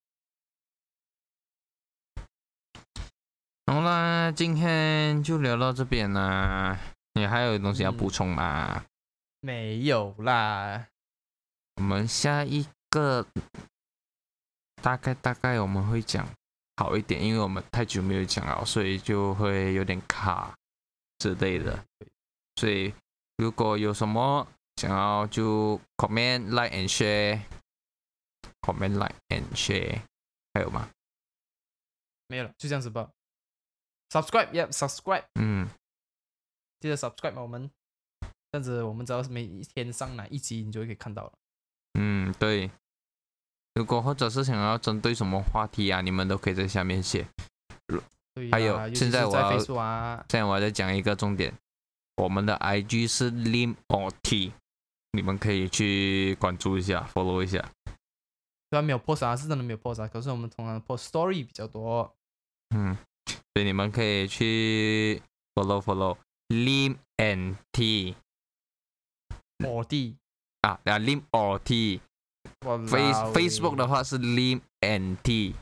好啦，今天就聊到这边啦。你还有东西要补充吗？ 没有啦。 我们下一个大概大概我们会讲好一点，因为我们太久没有讲了，所以就会有点卡之类的。所以如果有什么想要就 comment like and share comment like and share 还有吗？ 没有了，就这样子吧。subscribe yep subscribe 嗯， 记得 subscribe 我们，这样子我们只要每一天上哪一集，你就可以看到了。 嗯，对。如果或者是想要针对什么话题啊，你们都可以在下面写。 对啊， 还有尤其是在现在我要 Facebook 啊， 现在我要再讲一个重点，我们的 I G 是 lim or t， 你们可以去关注一下 ，follow 一下。 虽然没有 post 啊，是真的没有 post 啊，可是我们通常 post story 比较多。 嗯，所以你们可以去 follow follow lim and t。 我弟啊啊 lim or t。Face Facebook 的话是 lim and t。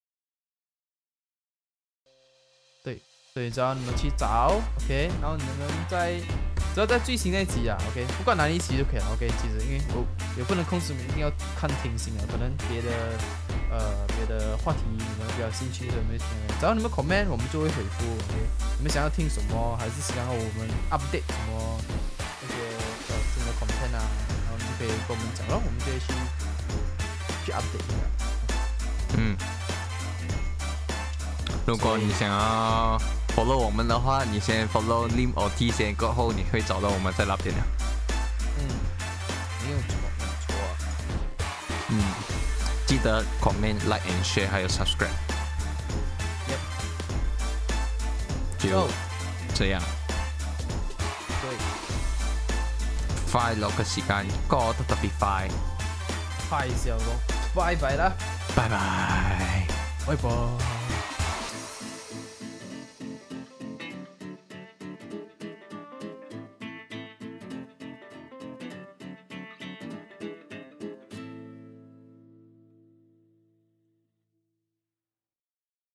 对，所以只要你们去找 ，OK， 然后你们在只要在最新那集啊 ，OK， 不管哪一集就可以了 ，OK。其实因为我也不能控制你们一定要看听新啊，可能别的呃别的话题你们比较兴趣的，没听，只要你们 comment 我们就会回复 ，OK。你们想要听什么，还是想要我们 update 什么那些呃新的 content 啊，然后你就可以跟我们讲咯，我们就会去去 update 一下。 嗯，如果你想要 follow 我们的话，你先 follow lim or t 先，过后你会找到我们在那边的。 嗯，没有错，没有错。 嗯，记得 comment like and share 还有 subscribe。就這樣。 對， 快樂嘅時間過得特別快。 快時候講拜拜啦， 拜拜。 拜拜。